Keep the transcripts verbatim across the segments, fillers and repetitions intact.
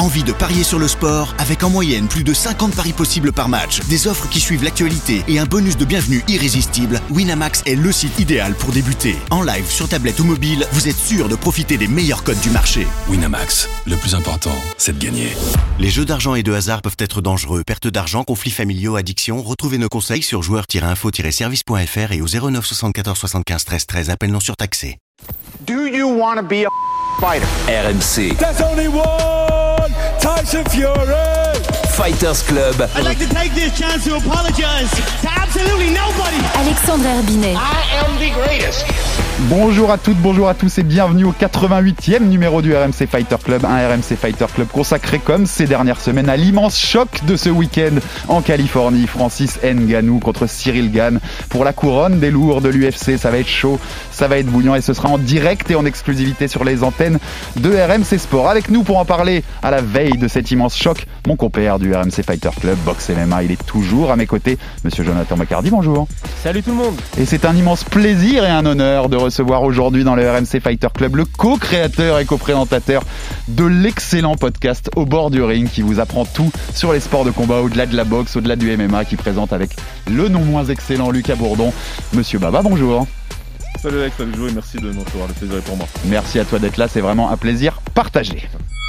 Envie de parier sur le sport avec en moyenne plus de cinquante paris possibles par match, des offres qui suivent l'actualité et un bonus de bienvenue irrésistible? Winamax est le site idéal pour débuter. En live, sur tablette ou mobile, vous êtes sûr de profiter des meilleurs codes du marché. Winamax, le plus important, c'est de gagner. Les jeux d'argent et de hasard peuvent être dangereux. Perte d'argent, conflits familiaux, addiction. Retrouvez nos conseils sur joueurs tiret info tiret service point f r et au zéro neuf soixante-quatorze soixante-quinze treize treize. Appel non surtaxé. Do you want to be a fighter? R M C. There's only one Tyson Fury. Fighters Club. I'd like to take this chance to apologize to absolutely nobody. Alexandre Herbinet. I am the greatest. Bonjour à toutes, bonjour à tous et bienvenue au quatre-vingt-huitième numéro du R M C Fighter Club. Un R M C Fighter Club consacré comme ces dernières semaines à l'immense choc de ce week-end en Californie. Francis Ngannou contre Cyril Gane pour la couronne des lourds de l'U F C. Ça va être chaud, ça va être bouillant et ce sera en direct et en exclusivité sur les antennes de R M C Sport. Avec nous pour en parler à la veille de cet immense choc, mon compère du R M C Fighter Club, Box M M A. Il est toujours à mes côtés, monsieur Jonathan McCardy. Bonjour. Salut tout le monde. Et c'est un immense plaisir et un honneur de recevoir aujourd'hui dans le R M C Fighter Club le co-créateur et co-présentateur de l'excellent podcast Au bord du ring qui vous apprend tout sur les sports de combat au-delà de la boxe, au-delà du M M A, qui présente avec le non moins excellent Lucas Bourdon. Monsieur Baba, bonjour. Salut Alex, salut Joe et merci de me recevoir, le plaisir est pour moi. Merci à toi d'être là, c'est vraiment un plaisir partagé.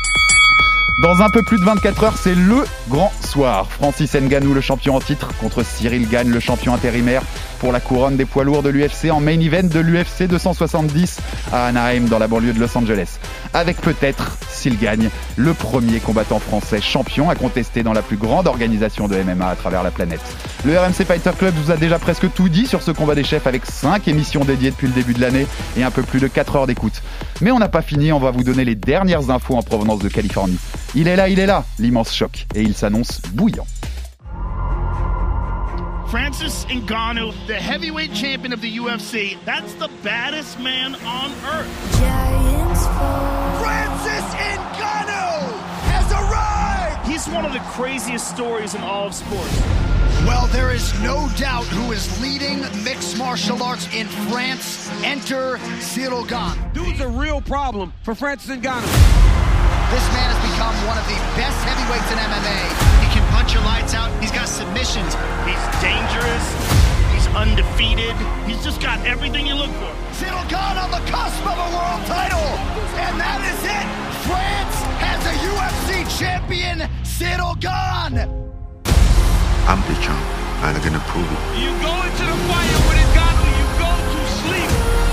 Dans un peu plus de vingt-quatre heures, c'est le grand soir. Francis Ngannou, le champion en titre, contre Cyril Gane, le champion intérimaire, pour la couronne des poids lourds de l'U F C en main event de l'U F C deux cent soixante-dix à Anaheim, dans la banlieue de Los Angeles. Avec peut-être, s'il gagne, le premier combattant français champion à contester dans la plus grande organisation de M M A à travers la planète. Le R M C Fighter Club vous a déjà presque tout dit sur ce combat des chefs avec cinq émissions dédiées depuis le début de l'année et un peu plus de quatre heures d'écoute. Mais on n'a pas fini, on va vous donner les dernières infos en provenance de Californie. Il est là, il est là, l'immense choc, et il s'annonce bouillant. Francis Ngannou, the heavyweight champion of the U F C. That's the baddest man on earth. Giants fall. Francis Ngannou has arrived. He's one of the craziest stories in all of sports. Well, there is no doubt who is leading mixed martial arts in France. Enter Cyril Gane. Dude's a real problem for Francis Ngannou. This man has become one of the best heavyweights in M M A. He can punch your lights out. He's got submissions. He's dangerous. He's undefeated. He's just got everything you look for. Cyril Gane on the cusp of a world title. And that is it. France has a U F C champion, Cyril Gane. I'm the champ, and I'm gonna prove it. You go into the fire with Ngannou, you go to sleep.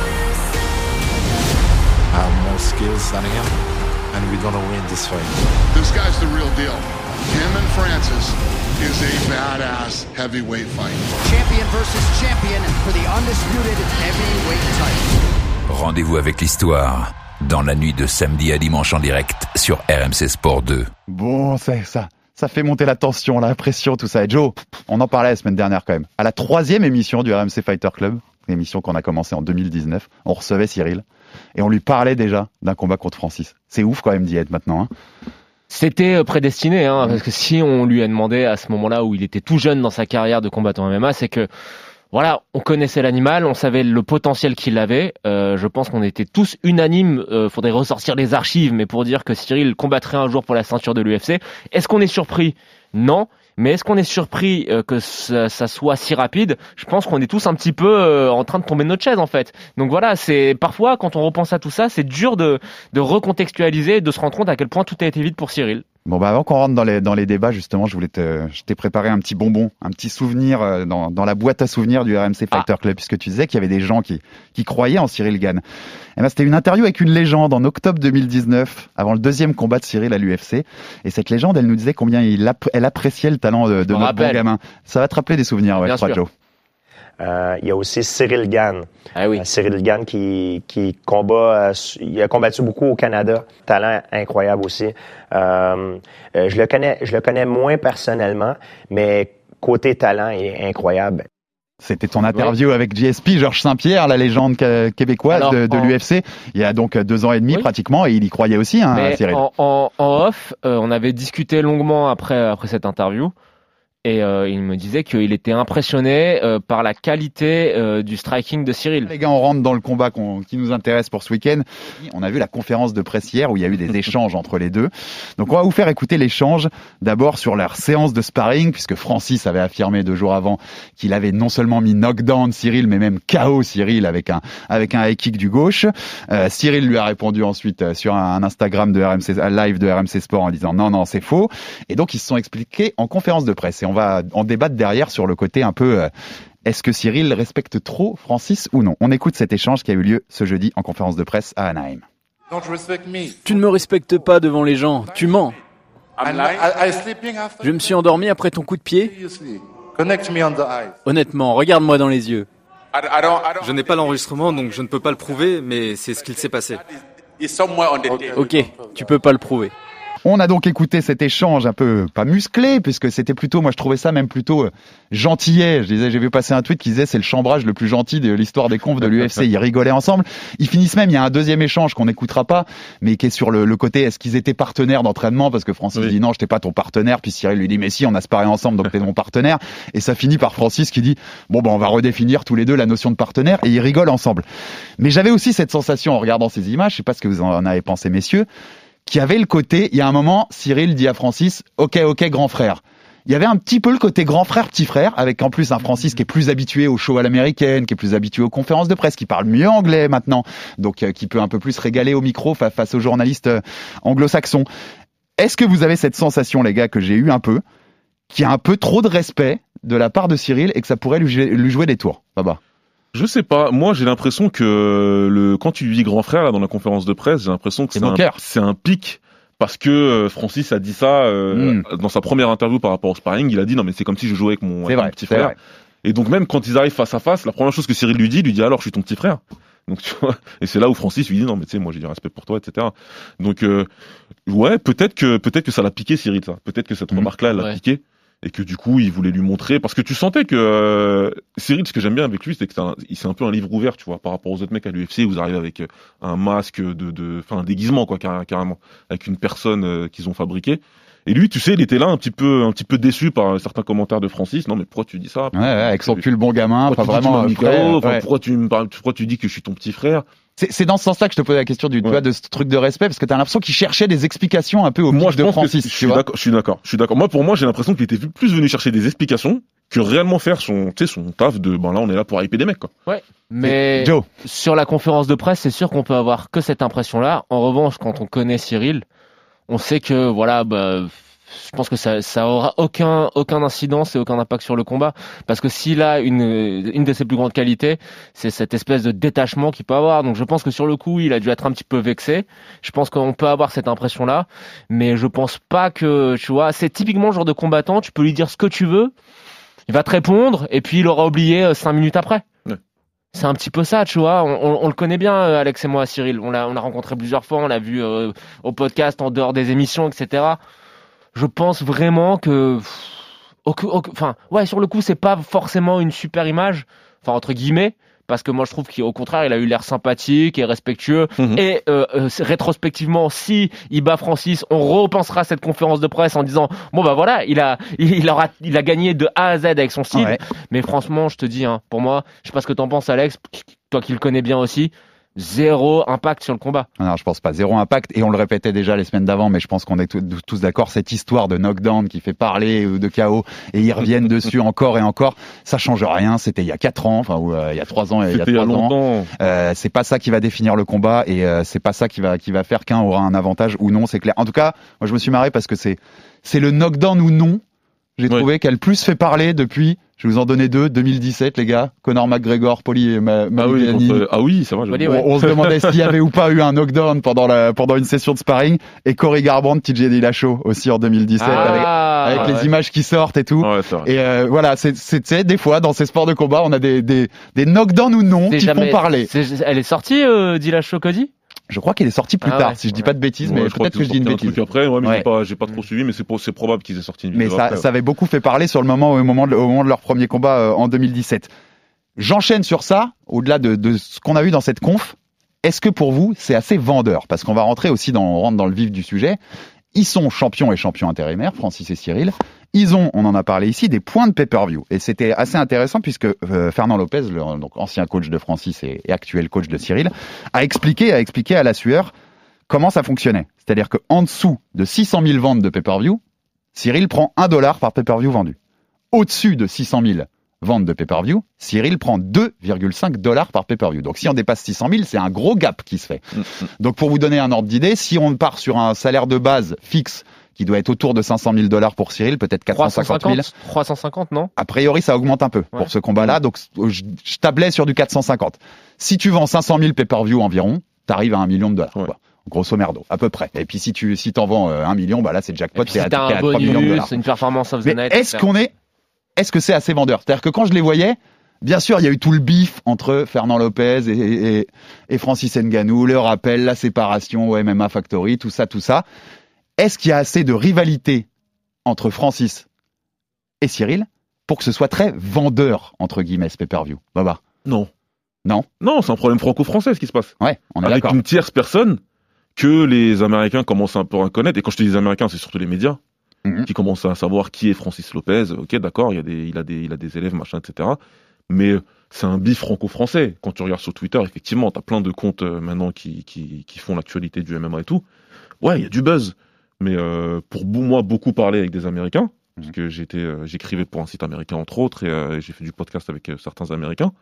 I have more skills than him, and we're gonna win this fight. This guy's the real deal. Him and Francis is a badass heavyweight fight. Champion versus champion for the undisputed heavyweight title. Rendez-vous avec l'histoire dans la nuit de samedi à dimanche en direct sur R M C Sport deux. Bon, c'est ça. Ça fait monter la tension, la pression, tout ça. Et Joe, on en parlait la semaine dernière quand même. À la troisième émission du R M C Fighter Club, une émission qu'on a commencée en deux mille dix-neuf, on recevait Cyril et on lui parlait déjà d'un combat contre Francis. C'est ouf quand même d'y être maintenant. Hein. C'était prédestiné, hein, parce que si on lui a demandé à ce moment-là où il était tout jeune dans sa carrière de combattant M M A, c'est que voilà, on connaissait l'animal, on savait le potentiel qu'il avait. Euh, je pense qu'on était tous unanimes. Euh, faudrait ressortir les archives, mais pour dire que Cyril combattrait un jour pour la ceinture de l'U F C. Est-ce qu'on est surpris ? Non. Mais est-ce qu'on est surpris euh, que ça, ça soit si rapide ? Je pense qu'on est tous un petit peu euh, en train de tomber de notre chaise en fait. Donc voilà, c'est parfois quand on repense à tout ça, c'est dur de, de recontextualiser et de se rendre compte à quel point tout a été vite pour Cyril. Bon bah avant qu'on rentre dans les dans les débats justement, je voulais te je t'ai préparé un petit bonbon, un petit souvenir dans dans la boîte à souvenirs du R M C Fighter ah. Club, puisque tu disais qu'il y avait des gens qui qui croyaient en Cyril Gane. Et ben c'était une interview avec une légende en octobre deux mille dix-neuf, avant le deuxième combat de Cyril à l'U F C, et cette légende, elle nous disait combien il app- elle appréciait le talent de, de notre bon gamin. Ça va te rappeler des souvenirs, ouais, je crois, Joe. Euh, il y a aussi Cyril Gane. Ah oui. Euh, Cyril Gane qui, qui combat, euh, il a combattu beaucoup au Canada. Talent incroyable aussi. Euh, euh, je le connais, je le connais moins personnellement, mais côté talent, il est incroyable. C'était ton interview oui. avec G S P, Georges Saint-Pierre, la légende québécoise Alors, de, de en... l'U F C, il y a donc deux ans et demi oui. pratiquement, et il y croyait aussi, hein, Mais Cyril. En, en, en off, euh, on avait discuté longuement après, après cette interview. Et euh, il me disait qu'il était impressionné euh, par la qualité euh, du striking de Cyril. Les gars, on rentre dans le combat qu'on, qui nous intéresse pour ce week-end. On a vu la conférence de presse hier où il y a eu des échanges entre les deux. Donc on va vous faire écouter l'échange d'abord sur leur séance de sparring, puisque Francis avait affirmé deux jours avant qu'il avait non seulement mis knockdown Cyril, mais même K O Cyril avec un avec un high kick du gauche. Euh, Cyril lui a répondu ensuite sur un Instagram de R M C, un live de R M C Sport en disant non non c'est faux. Et donc ils se sont expliqués en conférence de presse. Et on va en débattre derrière sur le côté un peu euh, est-ce que Cyril respecte trop Francis ou non. On écoute cet échange qui a eu lieu ce jeudi en conférence de presse à Anaheim. Tu ne me respectes pas devant les gens, tu mens. Je me suis endormi après ton coup de pied. Honnêtement, regarde-moi dans les yeux. Je n'ai pas l'enregistrement, donc je ne peux pas le prouver, mais c'est ce qu'il s'est passé. Ok, tu peux pas le prouver. On a donc écouté cet échange un peu, pas musclé, puisque c'était plutôt, moi je trouvais ça même plutôt euh, gentillet. Je disais, j'ai vu passer un tweet qui disait c'est le chambrage le plus gentil de l'histoire des confs de l'U F C. Ils rigolaient ensemble. Ils finissent même, il y a un deuxième échange qu'on n'écoutera pas, mais qui est sur le, le côté, est-ce qu'ils étaient partenaires d'entraînement? Parce que Francis oui. dit non, j'étais pas ton partenaire. Puis Cyril lui dit, mais si, on a sparé ensemble, donc t'es mon partenaire. Et ça finit par Francis qui dit, bon ben on va redéfinir tous les deux la notion de partenaire. Et ils rigolent ensemble. Mais j'avais aussi cette sensation en regardant ces images, je sais pas ce que vous en avez pensé messieurs, qui avait le côté, il y a un moment, Cyril dit à Francis, ok, ok, grand frère. Il y avait un petit peu le côté grand frère, petit frère, avec en plus un Francis qui est plus habitué aux shows à l'américaine, qui est plus habitué aux conférences de presse, qui parle mieux anglais maintenant, donc euh, qui peut un peu plus régaler au micro face aux journalistes euh, anglo-saxons. Est-ce que vous avez cette sensation, les gars, que j'ai eu un peu, qu'il y a un peu trop de respect de la part de Cyril et que ça pourrait lui, lui jouer des tours? Baba. Je sais pas. Moi, j'ai l'impression que le quand tu lui dis grand frère là dans la conférence de presse, j'ai l'impression que c'est, c'est, un, c'est un pic parce que Francis a dit ça euh, mm. dans sa première interview par rapport au sparring. Il a dit non mais c'est comme si je jouais avec mon, avec vrai, mon petit frère. Vrai. Et donc même quand ils arrivent face à face, la première chose que Cyril lui dit, lui dit alors je suis ton petit frère. Donc tu vois. Et c'est là où Francis lui dit non mais tu sais moi j'ai du respect pour toi, et cetera. Donc euh, ouais peut-être que peut-être que ça l'a piqué Cyril ça. Peut-être que cette mm. remarque là elle l'a ouais. piqué. Et que du coup, il voulait lui montrer, parce que tu sentais que euh, Cyril, ce que j'aime bien avec lui, c'est que c'est un, c'est un peu un livre ouvert, tu vois, par rapport aux autres mecs à l'U F C, où vous arrivez avec un masque de, de, enfin un déguisement quoi, carrément, avec une personne euh, qu'ils ont fabriquée. Et lui, tu sais, il était là un petit peu, un petit peu déçu par certains commentaires de Francis. Non, mais pourquoi tu dis ça? Ouais, ouais, avec son cul bon gamin, pas vraiment. Tu frère, enfin, ouais. Pourquoi tu me parles, pourquoi tu dis que je suis ton petit frère? C'est, c'est dans ce sens-là que je te posais la question du, ouais. tu vois, de ce truc de respect, parce que t'as l'impression qu'il cherchait des explications un peu au moi, de Francis. Je suis d'accord, je suis d'accord, je suis d'accord. Moi, pour moi, j'ai l'impression qu'il était plus venu chercher des explications que réellement faire son, tu sais, son taf de, ben là, on est là pour hyper des mecs, quoi. Ouais. Mais, Joe. Sur la conférence de presse, c'est sûr qu'on peut avoir que cette impression-là. En revanche, quand on connaît Cyril, on sait que, voilà, bah, je pense que ça, ça aura aucun, aucun incidence et aucun impact sur le combat. Parce que s'il a une, une de ses plus grandes qualités, c'est cette espèce de détachement qu'il peut avoir. Donc je pense que sur le coup, il a dû être un petit peu vexé. Je pense qu'on peut avoir cette impression-là. Mais je pense pas que, tu vois, c'est typiquement le genre de combattant, tu peux lui dire ce que tu veux, il va te répondre, et puis il aura oublié cinq minutes après. Ouais. C'est un petit peu ça, tu vois. On, on, on le connaît bien, Alex et moi, Cyril. On l'a, on l'a rencontré plusieurs fois, on l'a vu euh, au podcast, en dehors des émissions, et cetera. Je pense vraiment que, enfin, ouais, sur le coup, c'est pas forcément une super image, enfin entre guillemets, parce que moi je trouve qu'au contraire, il a eu l'air sympathique et respectueux. Mmh. Et euh, euh, rétrospectivement, si il bat Francis, on repensera cette conférence de presse en disant, bon bah voilà, il a, il aura, il a gagné de A à Z avec son style. Ouais. Mais franchement, je te dis, hein, pour moi, je sais pas ce que t'en penses, Alex, toi qui le connais bien aussi. Zéro impact sur le combat. Non, je pense pas. Zéro impact. Et on le répétait déjà les semaines d'avant, mais je pense qu'on est tous d'accord. Cette histoire de knockdown qui fait parler ou de K O et ils reviennent dessus encore et encore, ça change rien. C'était il y a quatre ans, enfin, ou euh, il y a trois ans et il y a trois ans. Euh, c'est pas ça qui va définir le combat et euh, c'est pas ça qui va qui va faire qu'un aura un avantage ou non. C'est clair. En tout cas, moi je me suis marré parce que c'est c'est le knockdown ou non. J'ai ouais. trouvé qu'elle plus fait parler depuis. Je vais vous en donner deux. deux mille dix-sept, les gars. Conor McGregor, Poli et Ma- ah, oui, contre... ah oui, ça va. Je... On, on se demandait s'il y avait ou pas eu un knockdown pendant la pendant une session de sparring. Et Corey Garbrandt, T J Dillashaw aussi en deux mille dix-sept ah, avec, avec ouais. les images qui sortent et tout. Ouais, et euh, voilà, c'est c'est tu sais, des fois dans ces sports de combat, on a des des des knockdowns ou non c'est qui jamais... font parler. C'est... Elle est sortie, euh, Dillashaw Cody. Je crois qu'il est sorti plus ah tard, ouais, si je dis ouais. pas de bêtises, ouais, mais je peut-être que je dis une bêtise. Un truc après, ouais, mais ouais. j'ai pas, j'ai pas trop suivi, mais c'est, pour, c'est probable qu'ils aient sorti une vidéo. Mais ça, après, ça avait beaucoup fait parler sur le moment, au moment de, au moment de leur premier combat euh, en deux mille dix-sept. J'enchaîne sur ça, au-delà de, de ce qu'on a vu dans cette conf. Est-ce que pour vous, c'est assez vendeur? Parce qu'on va rentrer aussi dans, on rentre dans le vif du sujet. Ils sont champions et champions intérimaires, Francis et Cyril. Ils ont, on en a parlé ici, des points de pay-per-view. Et c'était assez intéressant puisque euh, Fernand Lopez, le, donc ancien coach de Francis et, et actuel coach de Cyril, a expliqué, a expliqué à la sueur comment ça fonctionnait. C'est-à-dire qu'en dessous de six cent mille ventes de pay-per-view, Cyril prend un dollar par pay-per-view vendu. Au-dessus de six cent mille ventes de pay-per-view, Cyril prend deux virgule cinq dollars par pay-per-view. Donc si on dépasse six cent mille, c'est un gros gap qui se fait. Donc pour vous donner un ordre d'idée, si on part sur un salaire de base fixe qui doit être autour de cinq cent mille dollars pour Cyril, peut-être quatre cent cinquante mille. trois cent cinquante, non? A priori, ça augmente un peu ouais. pour ce combat-là. Donc je, je tablais sur du quatre cent cinquante. Si tu vends cinq cent mille pay-per-view environ, t'arrives à un million de dollars. Ouais. Quoi. Grosso merdo, à peu près. Et puis si tu si t'en vends euh, un million, bah là c'est jackpot, t'es si à, à trois millions de dollars. C'est une performance of the Mais night. Est-ce qu'on est, est-ce que c'est assez vendeur? C'est-à-dire que quand je les voyais, bien sûr, il y a eu tout le bif entre Fernand Lopez et, et, et Francis Ngannou, le rappel, la séparation au M M A Factory, tout ça, tout ça. Est-ce qu'il y a assez de rivalité entre Francis et Cyril pour que ce soit très vendeur entre guillemets ce pay-per-view? Baba? Non. Non. Non, c'est un problème franco-français ce qui se passe. Ouais, on est avec d'accord. Une tierce personne que les Américains commencent un peu à connaître. Et quand je te dis les Américains, c'est surtout les médias mm-hmm. qui commencent à savoir qui est Francis Lopez. Ok, d'accord, il y a des, il a des, il a des élèves, machin, et cetera. Mais c'est un bif franco-français. Quand tu regardes sur Twitter, effectivement, t'as plein de comptes euh, maintenant qui, qui, qui font l'actualité du M M A et tout. Ouais, il y a du buzz. Mais euh, pour moi, beaucoup parler avec des Américains, mm-hmm. parce que j'étais, euh, j'écrivais pour un site américain entre autres, et euh, j'ai fait du podcast avec euh, certains Américains.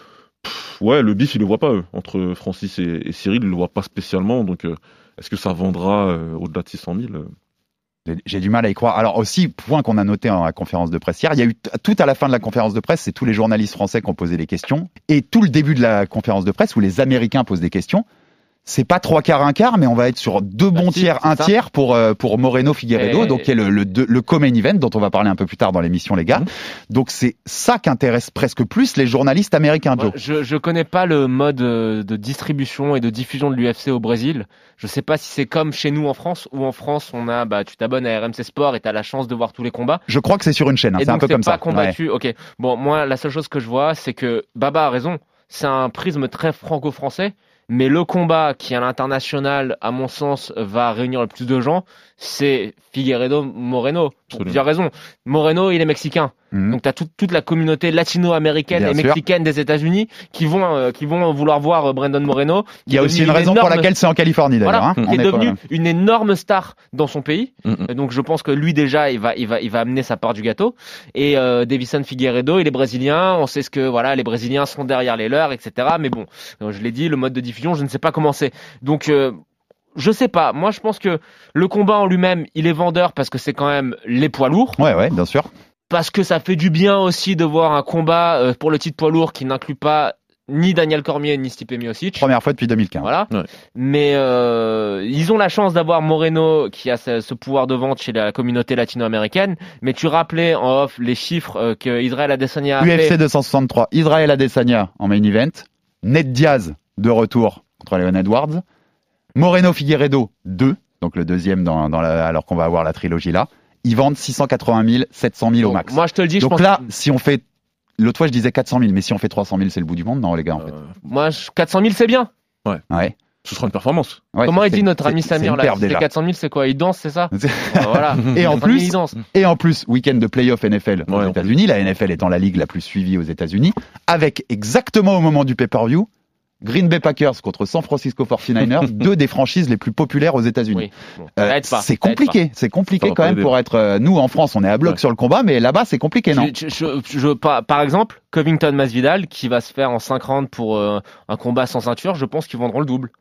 Pff, ouais, le bif, ils le voient pas, eux. Entre Francis et, et Cyril, ils le voient pas spécialement. Donc, euh, est-ce que ça vendra euh, au-delà de six cent mille? J'ai, j'ai du mal à y croire. Alors aussi, point qu'on a noté en la conférence de presse hier, il y a eu t- tout à la fin de la conférence de presse, c'est tous les journalistes français qui ont posé des questions. Et tout le début de la conférence de presse, où les Américains posent des questions, c'est pas trois quarts, un quart, mais on va être sur deux bons bah, si, tiers, un ça. tiers pour euh, pour Moreno Figueiredo, et... donc qui est le le, le, le co-main event dont on va parler un peu plus tard dans l'émission, les gars. Mmh. Donc c'est ça qui intéresse presque plus les journalistes américains, Joe. Ouais, je je connais pas le mode de distribution et de diffusion de l'U F C au Brésil. Je sais pas si c'est comme chez nous en France, où en France on a bah tu t'abonnes à R M C Sport et t'as la chance de voir tous les combats. Je crois que c'est sur une chaîne, hein, et c'est donc un peu c'est comme pas ça. Combattu. Ouais. Ok. Bon, moi la seule chose que je vois, c'est que Baba a raison. C'est un prisme très franco-français. Mais le combat qui, à l'international, à mon sens, va réunir le plus de gens, c'est Figueiredo-Moreno. Pour plusieurs raisons. Moreno, il est mexicain. Mmh. Donc, tu as tout, toute la communauté latino-américaine Bien et sûr. mexicaine des États-Unis qui vont, euh, qui vont vouloir voir euh, Brandon Moreno. Il y a aussi une raison énorme... pour laquelle c'est en Californie, d'ailleurs. Voilà, hein. Qui est devenu une énorme star dans son pays. Mmh. Donc, je pense que lui, déjà, il va, il va, il va amener sa part du gâteau. Et euh, Davison Figueiredo, il est brésilien. On sait ce que, voilà, les Brésiliens sont derrière les leurs, et cetera. Mais bon, je l'ai dit, le mode de diffusion, je ne sais pas comment c'est. Donc, euh, je sais pas. Moi, je pense que le combat en lui-même, il est vendeur parce que c'est quand même les poids lourds. Ouais, ouais, bien sûr. Parce que ça fait du bien aussi de voir un combat euh, pour le titre poids lourd qui n'inclut pas ni Daniel Cormier ni Stipe Miocic. Première fois depuis deux mille quinze. Voilà. Ouais. Mais euh, ils ont la chance d'avoir Moreno qui a ce, ce pouvoir de vente chez la communauté latino-américaine. Mais tu rappelais en off les chiffres euh, que Israël Adesanya a U F C fait. deux cent soixante-trois. Israël Adesanya en main event. Ned Diaz de retour contre Leon Edwards. Moreno Figueiredo deux, donc le deuxième dans, dans la, alors qu'on va avoir la trilogie là. Ils vendent six cent quatre-vingt mille, sept cent mille donc, au max. Moi je te le dis. Donc je pense là, que... si on fait, l'autre fois je disais quatre cent mille, mais si on fait trois cent mille, c'est le bout du monde, non les gars en fait. Euh... Moi quatre cent mille c'est bien. Ouais. Ouais. Ce sera une performance. Ouais, Comment il dit notre ami Samir là? C'est quatre cent mille, c'est quoi? Il danse, c'est ça? Voilà. Et en plus, et en plus, week-end de playoff N F L aux ouais, États-Unis, la N F L étant la ligue la plus suivie aux États-Unis, avec exactement au moment du pay-per-view, Green Bay Packers contre San Francisco forty-niners, deux des franchises les plus populaires aux États-Unis. Oui. Bon, euh, c'est compliqué, c'est compliqué quand même pour être. Euh, nous en France, on est à bloc ouais. sur le combat, mais là-bas c'est compliqué, non? je, je, je, je, par, par exemple, Covington Masvidal qui va se faire en cinq rounds pour euh, un combat sans ceinture, je pense qu'ils vendront le double.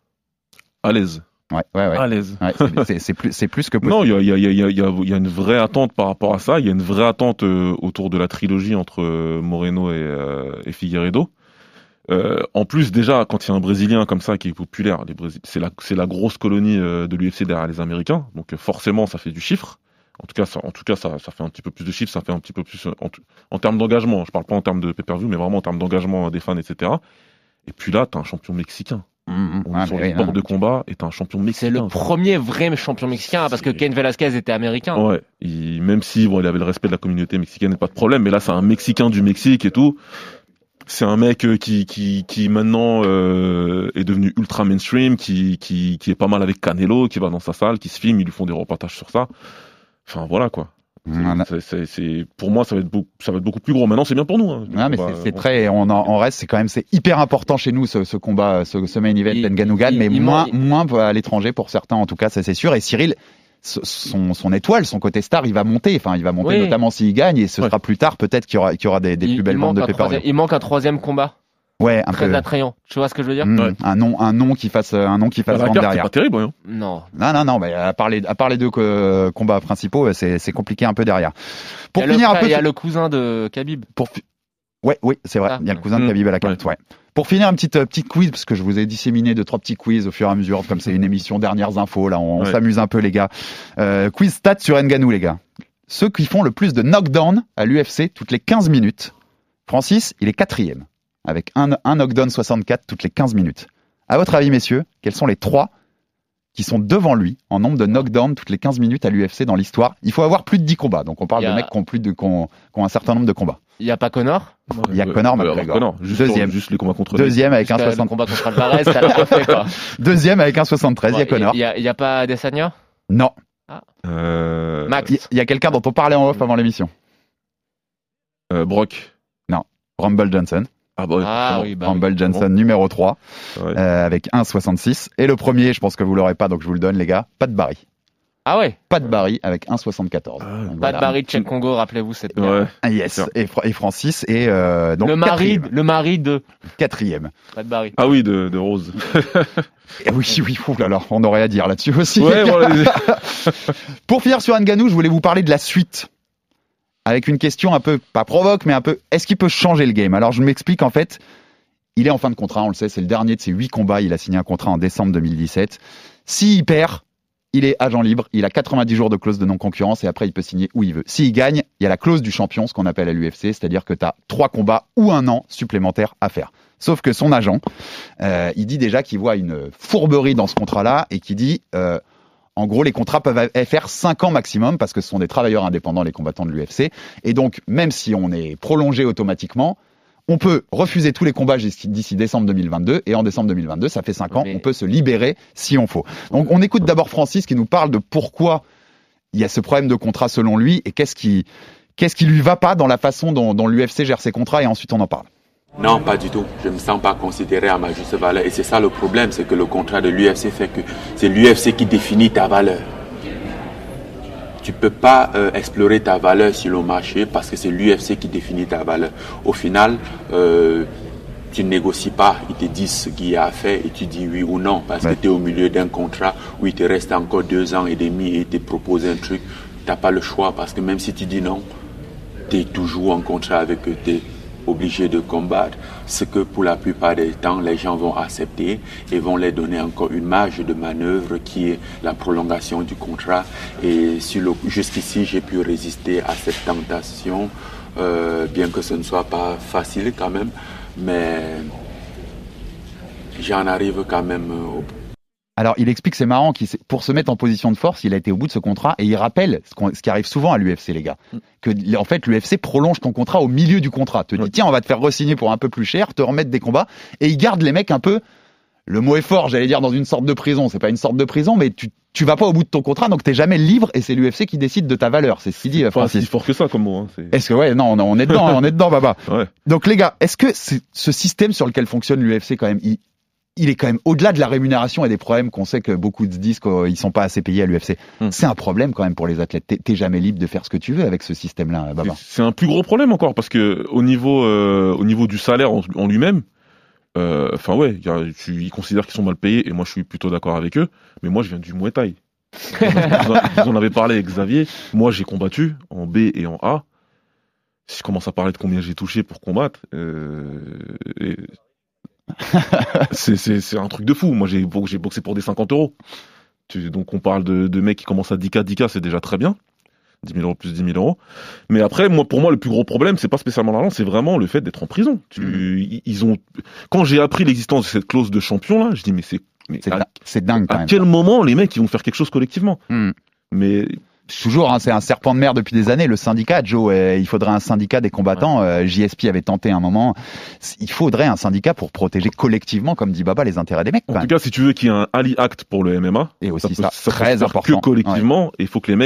À l'aise. Ouais, ouais, ouais. À l'aise. Ouais, c'est, c'est, c'est, plus, c'est plus que possible. Non, il y a, y, a, y, a, y, a, y a une vraie attente par rapport à ça. Il y a une vraie attente euh, autour de la trilogie entre euh, Moreno et, euh, et Figueiredo. Euh, en plus, déjà, quand il y a un Brésilien comme ça qui est populaire, les Brésil... c'est, la, c'est la grosse colonie euh, de l'U F C derrière les Américains. Donc euh, forcément, ça fait du chiffre. En tout cas, ça, en tout cas, ça, ça fait un petit peu plus de chiffre, ça fait un petit peu plus en, en termes d'engagement. Je parle pas en termes de pay-per-view, mais vraiment en termes d'engagement des fans, et cetera. Et puis là, t'as un champion mexicain. Mmh, on est ah, sur le sport oui, de combat est un champion mexicain. C'est le premier vrai champion mexicain parce que Cain Velasquez était américain. Ouais, il, même si bon, il avait le respect de la communauté mexicaine, pas de problème, mais là c'est un Mexicain du Mexique et tout. C'est un mec qui qui qui maintenant euh, est devenu ultra mainstream, qui qui qui est pas mal avec Canelo, qui va dans sa salle, qui se filme, ils lui font des reportages sur ça. Enfin voilà quoi. Voilà. C'est, c'est, c'est, pour moi, ça va être beaucoup, ça va être beaucoup plus gros. Maintenant, c'est bien pour nous. Hein. Non, mais bah, c'est, c'est très, on en, on reste, c'est quand même, c'est hyper important chez nous ce, ce combat, ce, ce main event Ngannou-Gane, mais il, moins, il... moins à l'étranger pour certains, en tout cas, ça c'est sûr. Et Cyril, son, son étoile, son côté star, il va monter. Enfin, il va monter oui. notamment s'il gagne, et ce ouais. sera plus tard peut-être qu'il y aura, qu'il y aura des, des il, plus belles ventes de pay-per-view. Il manque un troisième combat. Ouais, un très peu attrayant. Tu vois ce que je veux dire? Mmh, ouais. Un nom, un nom qui fasse, un nom qui fasse bah, vendre derrière. C'est pas terrible, hein. Non. Non, non, non. Mais à part les, à part les deux euh, combats principaux, c'est, c'est compliqué un peu derrière. Pour il finir le, un peu, il y a le cousin de Khabib. Pour, ouais, oui, c'est vrai. Ah, il y a le cousin de Khabib à la carte. Ouais. ouais. Pour finir, un petit, euh, petit quiz, parce que je vous ai disséminé deux, trois petits quiz au fur et à mesure, comme c'est une émission dernières infos, là, on, ouais. on s'amuse un peu, les gars. Euh, quiz stats sur Ngannou, les gars. Ceux qui font le plus de knockdown à l'U F C toutes les quinze minutes. Francis, il est quatrième. Avec un, un knockdown soixante-quatre toutes les quinze minutes. À votre avis, messieurs, quels sont les trois qui sont devant lui en nombre de knockdowns toutes les quinze minutes à l'U F C dans l'histoire? Il faut avoir plus de dix combats, donc on parle a... de mecs qui ont, plus de, qui ont, qui ont un certain nombre de combats. Il n'y a pas Connor? Il y a Connor euh, McGregor. Connor, juste Deuxième. Sur, juste les combats contre Deuxième avec un soixante. Le combat contre Alvarez, ça l'a refait, quoi. Deuxième avec un soixante-treize, il ouais, y a Connor. Il n'y a, y a pas Adesanya? Non. Ah. Euh... Max. Il y, y a quelqu'un dont on parlait en off avant l'émission. Euh, Brock. Non. Rumble Johnson. Ah, bah, ah oui, bah Rumble oui. Johnson, bon. numéro trois, ouais. euh, avec un soixante-six. Et le premier, je pense que vous l'aurez pas, donc je vous le donne, les gars, Pat Barry. Ah ouais. Pat Barry avec un soixante-quatorze. Ah, Pat voilà. Barry de Tchèque Congo, rappelez-vous cette ouais. Ah, yes. Et, et Francis et euh, donc le mari, le mari de quatrième. Pat Barry. Ah oui, de, de Rose. Et oui, oui, fou là, alors on aurait à dire là-dessus aussi. Ouais, voilà. Pour finir sur Ngannou, je voulais vous parler de la suite. Avec une question un peu, pas provoque, mais un peu, est-ce qu'il peut changer le game? Alors je m'explique, en fait, il est en fin de contrat, on le sait, c'est le dernier de ses huit combats, il a signé un contrat en décembre deux mille dix-sept. S'il perd, il est agent libre, il a quatre-vingt-dix jours de clause de non-concurrence et après il peut signer où il veut. S'il gagne, il y a la clause du champion, ce qu'on appelle à l'U F C, c'est-à-dire que tu as trois combats ou un an supplémentaire à faire. Sauf que son agent, euh, il dit déjà qu'il voit une fourberie dans ce contrat-là et qu'il dit... Euh, En gros, les contrats peuvent faire cinq ans maximum parce que ce sont des travailleurs indépendants, les combattants de l'U F C. Et donc, même si on est prolongé automatiquement, on peut refuser tous les combats d'ici décembre deux mille vingt-deux. Et en décembre deux mille vingt-deux, ça fait cinq ans, mais... on peut se libérer si on faut. Donc, on écoute d'abord Francis qui nous parle de pourquoi il y a ce problème de contrat selon lui et qu'est-ce qui, qu'est-ce qui lui va pas dans la façon dont, dont l'U F C gère ses contrats. Et ensuite, on en parle. Non, pas du tout. Je ne me sens pas considéré à ma juste valeur. Et c'est ça le problème, c'est que le contrat de l'U F C fait que c'est l'U F C qui définit ta valeur. Tu ne peux pas euh, explorer ta valeur sur le marché parce que c'est l'U F C qui définit ta valeur. Au final, euh, tu ne négocies pas. Ils te disent ce qu'il y a à faire et tu dis oui ou non parce ouais. que tu es au milieu d'un contrat où il te reste encore deux ans et demi et ils te proposent un truc. Tu n'as pas le choix parce que même si tu dis non, tu es toujours en contrat avec eux. Obligé de combattre, ce que pour la plupart des temps les gens vont accepter et vont leur donner encore une marge de manœuvre qui est la prolongation du contrat. Et sur le, jusqu'ici j'ai pu résister à cette tentation, euh, bien que ce ne soit pas facile quand même, mais j'en arrive quand même au bout. Alors, il explique, c'est marrant, qu'il, pour se mettre en position de force, il a été au bout de ce contrat et il rappelle ce, qu'on, ce qui arrive souvent à l'U F C, les gars, que en fait l'U F C prolonge ton contrat au milieu du contrat, te dit tiens, on va te faire re-signer pour un peu plus cher, te remettre des combats et il garde les mecs un peu, le mot est fort, j'allais dire dans une sorte de prison, c'est pas une sorte de prison, mais tu tu vas pas au bout de ton contrat, donc t'es jamais libre et c'est l'U F C qui décide de ta valeur, c'est ce qu'il dit. C'est Francis. pas si fort que ça comme mot. Hein, c'est... Est-ce que ouais, non, on est dedans, on est dedans, Baba. Ouais. Donc les gars, est-ce que c'est ce système sur lequel fonctionne l'U F C quand même, il il est quand même au-delà de la rémunération et des problèmes qu'on sait que beaucoup se disent qu'ils sont pas assez payés à l'U F C. Hum. C'est un problème quand même pour les athlètes. T'es, t'es jamais libre de faire ce que tu veux avec ce système-là, Baba. C'est, c'est un plus gros problème encore parce que au niveau, euh, au niveau du salaire en, en lui-même, enfin euh, ouais, y a, tu, ils considèrent qu'ils sont mal payés et moi je suis plutôt d'accord avec eux. Mais moi je viens du Muay Thai. Vous en avez parlé avec Xavier. Moi j'ai combattu en B et en A. Si je commence à parler de combien j'ai touché pour combattre. Euh, et... c'est, c'est, c'est un truc de fou. Moi, j'ai, j'ai boxé pour des cinquante euros. Tu, donc, on parle de, de mecs qui commencent à dix K, dix K, c'est déjà très bien. dix mille euros plus dix mille euros. Mais après, moi, pour moi, le plus gros problème, c'est pas spécialement l'argent, c'est vraiment le fait d'être en prison. Tu, mmh. ils ont, quand j'ai appris l'existence de cette clause de champion, là, je dis, mais c'est, mais c'est, à, da- c'est dingue, quand à même. quel moment les mecs, ils vont faire quelque chose collectivement? Mmh. Mais, Toujours, hein, c'est un serpent de mer depuis des années. Le syndicat, Joe, euh, il faudrait un syndicat des combattants. Euh, J S P avait tenté un moment. Il faudrait un syndicat pour protéger collectivement, comme dit Baba, les intérêts des mecs. En tout cas, si tu veux qu'il y ait un Ali Act pour le M M A, et aussi ça, ça, ça très peut important. Que collectivement, il ouais. faut que les mecs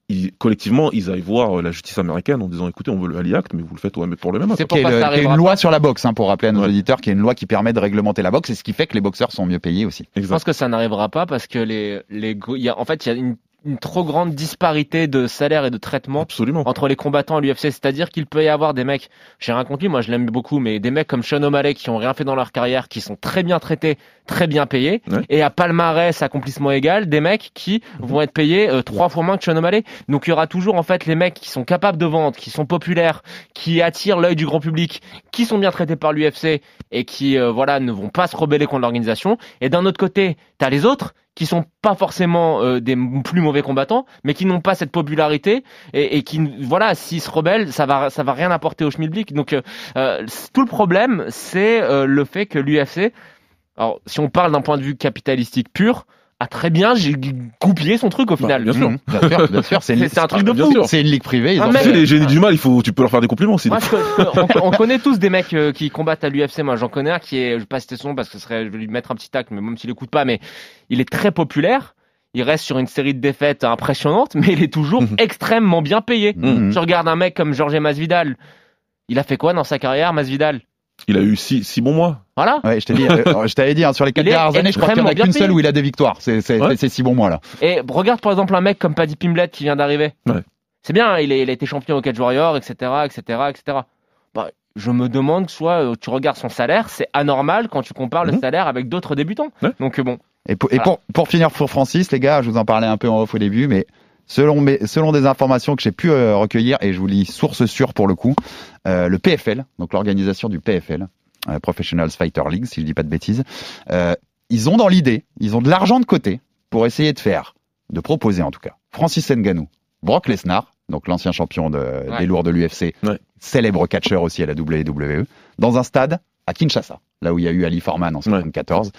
ils, collectivement, ils aillent voir la justice américaine en disant, écoutez, on veut le Ali Act, mais vous le faites ouais, mais pour le même. C'est qu'il y a une loi sur la boxe, hein, pour rappeler à nos ouais. auditeurs qu'il y a une loi qui permet de réglementer la boxe, et ce qui fait que les boxeurs sont mieux payés aussi. Exact. Je pense que ça n'arrivera pas parce que les, les, il y a, en fait, il y a une une trop grande disparité de salaire et de traitement Absolument. entre les combattants à l'U F C. C'est-à-dire qu'il peut y avoir des mecs, j'ai rien contre lui, moi je l'aime beaucoup, mais des mecs comme Sean O'Malley qui ont rien fait dans leur carrière, qui sont très bien traités, très bien payés, ouais. et à palmarès, accomplissement égal, des mecs qui mmh. vont être payés euh, trois fois moins que Sean O'Malley. Donc il y aura toujours en fait les mecs qui sont capables de vendre, qui sont populaires, qui attirent l'œil du grand public, qui sont bien traités par l'U F C et qui euh, voilà ne vont pas se rebeller contre l'organisation. Et d'un autre côté, t'as les autres qui sont pas forcément euh, des plus mauvais combattants, mais qui n'ont pas cette popularité et, et qui, voilà, s'ils se rebellent, ça va, ça va rien apporter au schmilblick. Donc, euh, tout le problème, c'est euh, le fait que l'U F C, alors si on parle d'un point de vue capitalistique pur, a très bien j'ai goupillé son truc au final. Bah, bien sûr, mmh, bien sûr, bien sûr, c'est, une, c'est un truc de fou. C'est une ligue privée. Ils ah, ont fait les génies du mal, il faut, tu peux leur faire des compliments aussi. Moi, je, je, on, on connaît tous des mecs euh, qui combattent à l'U F C. Moi, j'en connais un qui est, je vais pas citer son nom parce que ce serait, je vais lui mettre un petit tac, mais même s'il écoute pas, mais il est très populaire. Il reste sur une série de défaites impressionnantes, mais il est toujours mmh. extrêmement bien payé. Mmh. Je regarde un mec comme Jorge Masvidal. Il a fait quoi dans sa carrière, Masvidal? Il a eu six, six bons mois. Voilà. Ouais, je t'ai dit, euh, je t'avais dit, hein, sur les quatre dernières années, je crois qu'il n'y en a qu'une seule où il a des victoires. C'est, c'est, ouais. c'est six bons mois, là. Et regarde, par exemple, un mec comme Paddy Pimblett qui vient d'arriver. Ouais. C'est bien, il, est, il a été champion au Cage Warrior, et cetera, et cetera, et cetera. Bah, je me demande, soit tu regardes son salaire, c'est anormal quand tu compares mmh. le salaire avec d'autres débutants. Ouais. Donc, bon. Et, pour, voilà. et pour, pour finir pour Francis, les gars, je vous en parlais un peu en off au début, mais selon, mes, selon des informations que j'ai pu euh, recueillir, et je vous lis source sûre pour le coup, euh, le P F L, donc l'organisation du P F L, euh, Professional Fighter League, si je dis pas de bêtises, euh, ils ont dans l'idée, ils ont de l'argent de côté pour essayer de faire, de proposer en tout cas, Francis Ngannou, Brock Lesnar, donc l'ancien champion de, ouais. des lourds de l'U F C, ouais. célèbre catcheur aussi à la W W E, dans un stade à Kinshasa, là où il y a eu Ali Foreman en soixante-quatorze. Ouais.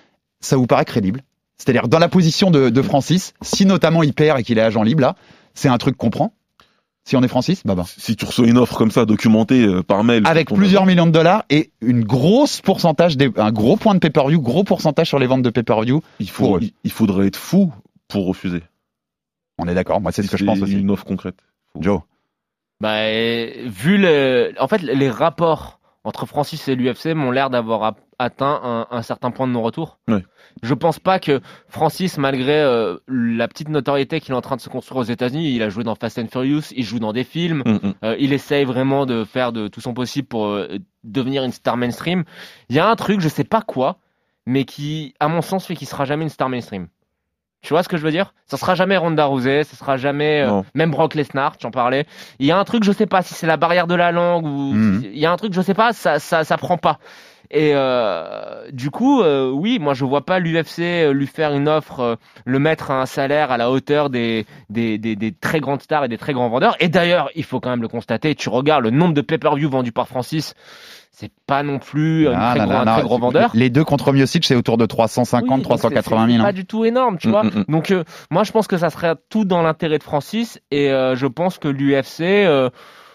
Ça vous paraît crédible? C'est-à-dire, dans la position de, de Francis, si notamment il perd et qu'il est agent libre, là, c'est un truc qu'on prend? Si on est Francis, bah bah. Si tu reçois une offre comme ça, documentée euh, par mail. Avec plusieurs va... millions de dollars et une grosse pourcentage, des, un gros point de pay-per-view, gros pourcentage sur les ventes de pay-per-view. Il, faut, il, il faudrait être fou pour refuser. On est d'accord, moi c'est ce que je pense aussi. Une offre concrète. Joe. Bah, vu le, en fait, les rapports entre Francis et l'U F C m'ont l'air d'avoir atteint un, un certain point de non-retour. Oui. Je pense pas que Francis, malgré euh, la petite notoriété qu'il est en train de se construire aux États-Unis, il a joué dans Fast and Furious, il joue dans des films, mm-hmm. euh, il essaye vraiment de faire de tout son possible pour euh, devenir une star mainstream. Il y a un truc, je sais pas quoi, mais qui, à mon sens, fait qu'il sera jamais une star mainstream. Tu vois ce que je veux dire? Ça sera jamais Ronda Rousey, ça sera jamais euh, même Brock Lesnar, tu en parlais. Il y a un truc, je sais pas si c'est la barrière de la langue ou mm-hmm. il y a un truc, je sais pas, ça ça ça prend pas. Et euh, du coup, euh, oui, moi je vois pas l'U F C lui faire une offre, euh, le mettre à un salaire à la hauteur des, des des des très grandes stars et des très grands vendeurs. Et d'ailleurs, il faut quand même le constater. Tu regardes le nombre de pay-per-view vendus par Francis. C'est pas non plus ah, très non, gros, non, un non, très gros vendeur. Les deux contre Miocic, c'est autour de trois cent cinquante, oui, trois cent quatre-vingt mille. C'est hein. pas du tout énorme, tu mmh, vois. Mmh. Donc, euh, moi, je pense que ça serait tout dans l'intérêt de Francis. Et euh, je pense que l'U F C, euh,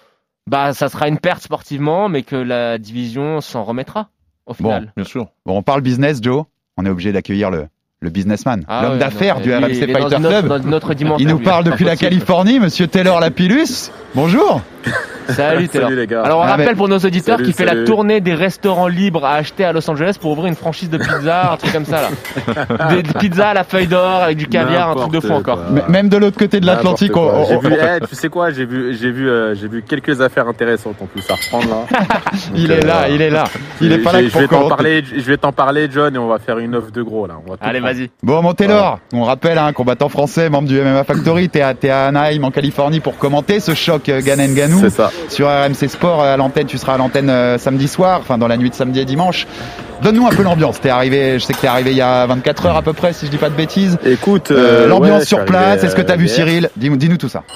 bah, ça sera une perte sportivement, mais que la division s'en remettra au final. Bon, bien sûr. Bon, on parle business, Joe. On est obligé d'accueillir le, le businessman, ah, l'homme ouais, d'affaires non, du R M C Fighter notre, Club. Notre, notre dimension, il nous parle depuis la Californie, monsieur Taylor Lapillus. Bonjour. Salut Taylor. Salut les gars. Alors on ah, rappelle mais... pour nos auditeurs salut, qu'il fait salut. la tournée des restaurants libres à acheter à Los Angeles pour ouvrir une franchise de pizza, un truc comme ça là. Des, des pizzas à la feuille d'or avec du caviar, N'importe un truc de fou encore. Mais, même de l'autre côté de l'Atlantique, on, on, j'ai on... vu, hey, tu sais quoi, j'ai vu, j'ai vu, euh, j'ai vu quelques affaires intéressantes en plus à reprendre là. Donc, il est là, euh, il est là. Il est pas là je pour vais t'en parler, je vais t'en parler, John, et on va faire une offre de gros là. On va Allez, prendre. vas-y. Bon, mon Taylor, voilà. On rappelle, hein, combattant français, membre du M M A Factory, t'es à, t'es à Anaheim en Californie pour commenter ce choc euh, Gane Ngannou. C'est ça. Sur R M C Sport à l'antenne, tu seras à l'antenne euh, samedi soir, enfin dans la nuit de samedi et dimanche. Donne-nous un peu l'ambiance. T'es arrivé, je sais que t'es arrivé il y a vingt-quatre heures à peu près, si je dis pas de bêtises. Écoute, euh, euh, l'ambiance ouais, sur place. Est-ce que t'as vu hier. Cyril? Dis-nous, dis-nous tout ça.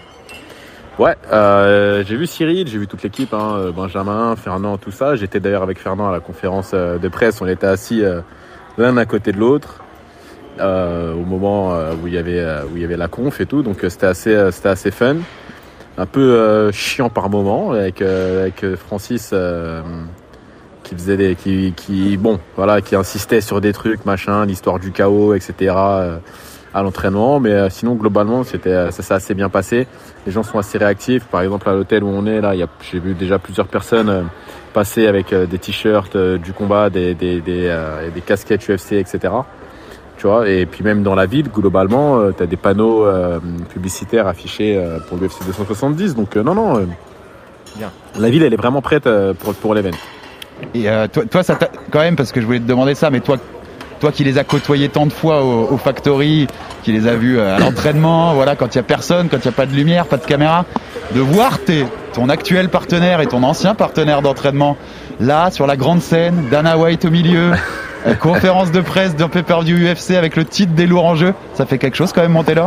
Ouais, euh, j'ai vu Cyril, j'ai vu toute l'équipe, hein, Benjamin, Fernand, tout ça. J'étais d'ailleurs avec Fernand à la conférence de presse. On était assis euh, l'un à côté de l'autre euh, au moment euh, où il y avait où il y avait la conf et tout. Donc euh, c'était assez euh, c'était assez fun, un peu euh, chiant par moment avec euh, avec Francis euh, qui faisait des qui qui bon voilà qui insistait sur des trucs machin, l'histoire du chaos, et cetera. Euh, à l'entraînement, mais euh, sinon globalement c'était ça s'est assez bien passé. Les gens sont assez réactifs. Par exemple à l'hôtel où on est là, il y a, j'ai vu déjà plusieurs personnes euh, passer avec euh, des t-shirts euh, du combat, des des des, euh, des casquettes U F C, et cetera. Tu vois, et puis même dans la ville globalement, euh, t'as des panneaux euh, publicitaires affichés euh, pour l'U F C deux cent soixante-dix. Donc euh, non non, euh, bien. La ville elle est vraiment prête euh, pour pour l'événement. Et euh, toi, toi ça t'a quand même, parce que je voulais te demander ça, mais toi. Toi qui les as côtoyés tant de fois au, au Factory, qui les as vus à l'entraînement, voilà, quand il y a personne, quand il n'y a pas de lumière, pas de caméra, de voir tes, ton actuel partenaire et ton ancien partenaire d'entraînement là sur la grande scène, Dana White au milieu, euh, conférence de presse d'un pay-per-view U F C avec le titre des lourds en jeu, ça fait quelque chose quand même, mon Taylor ?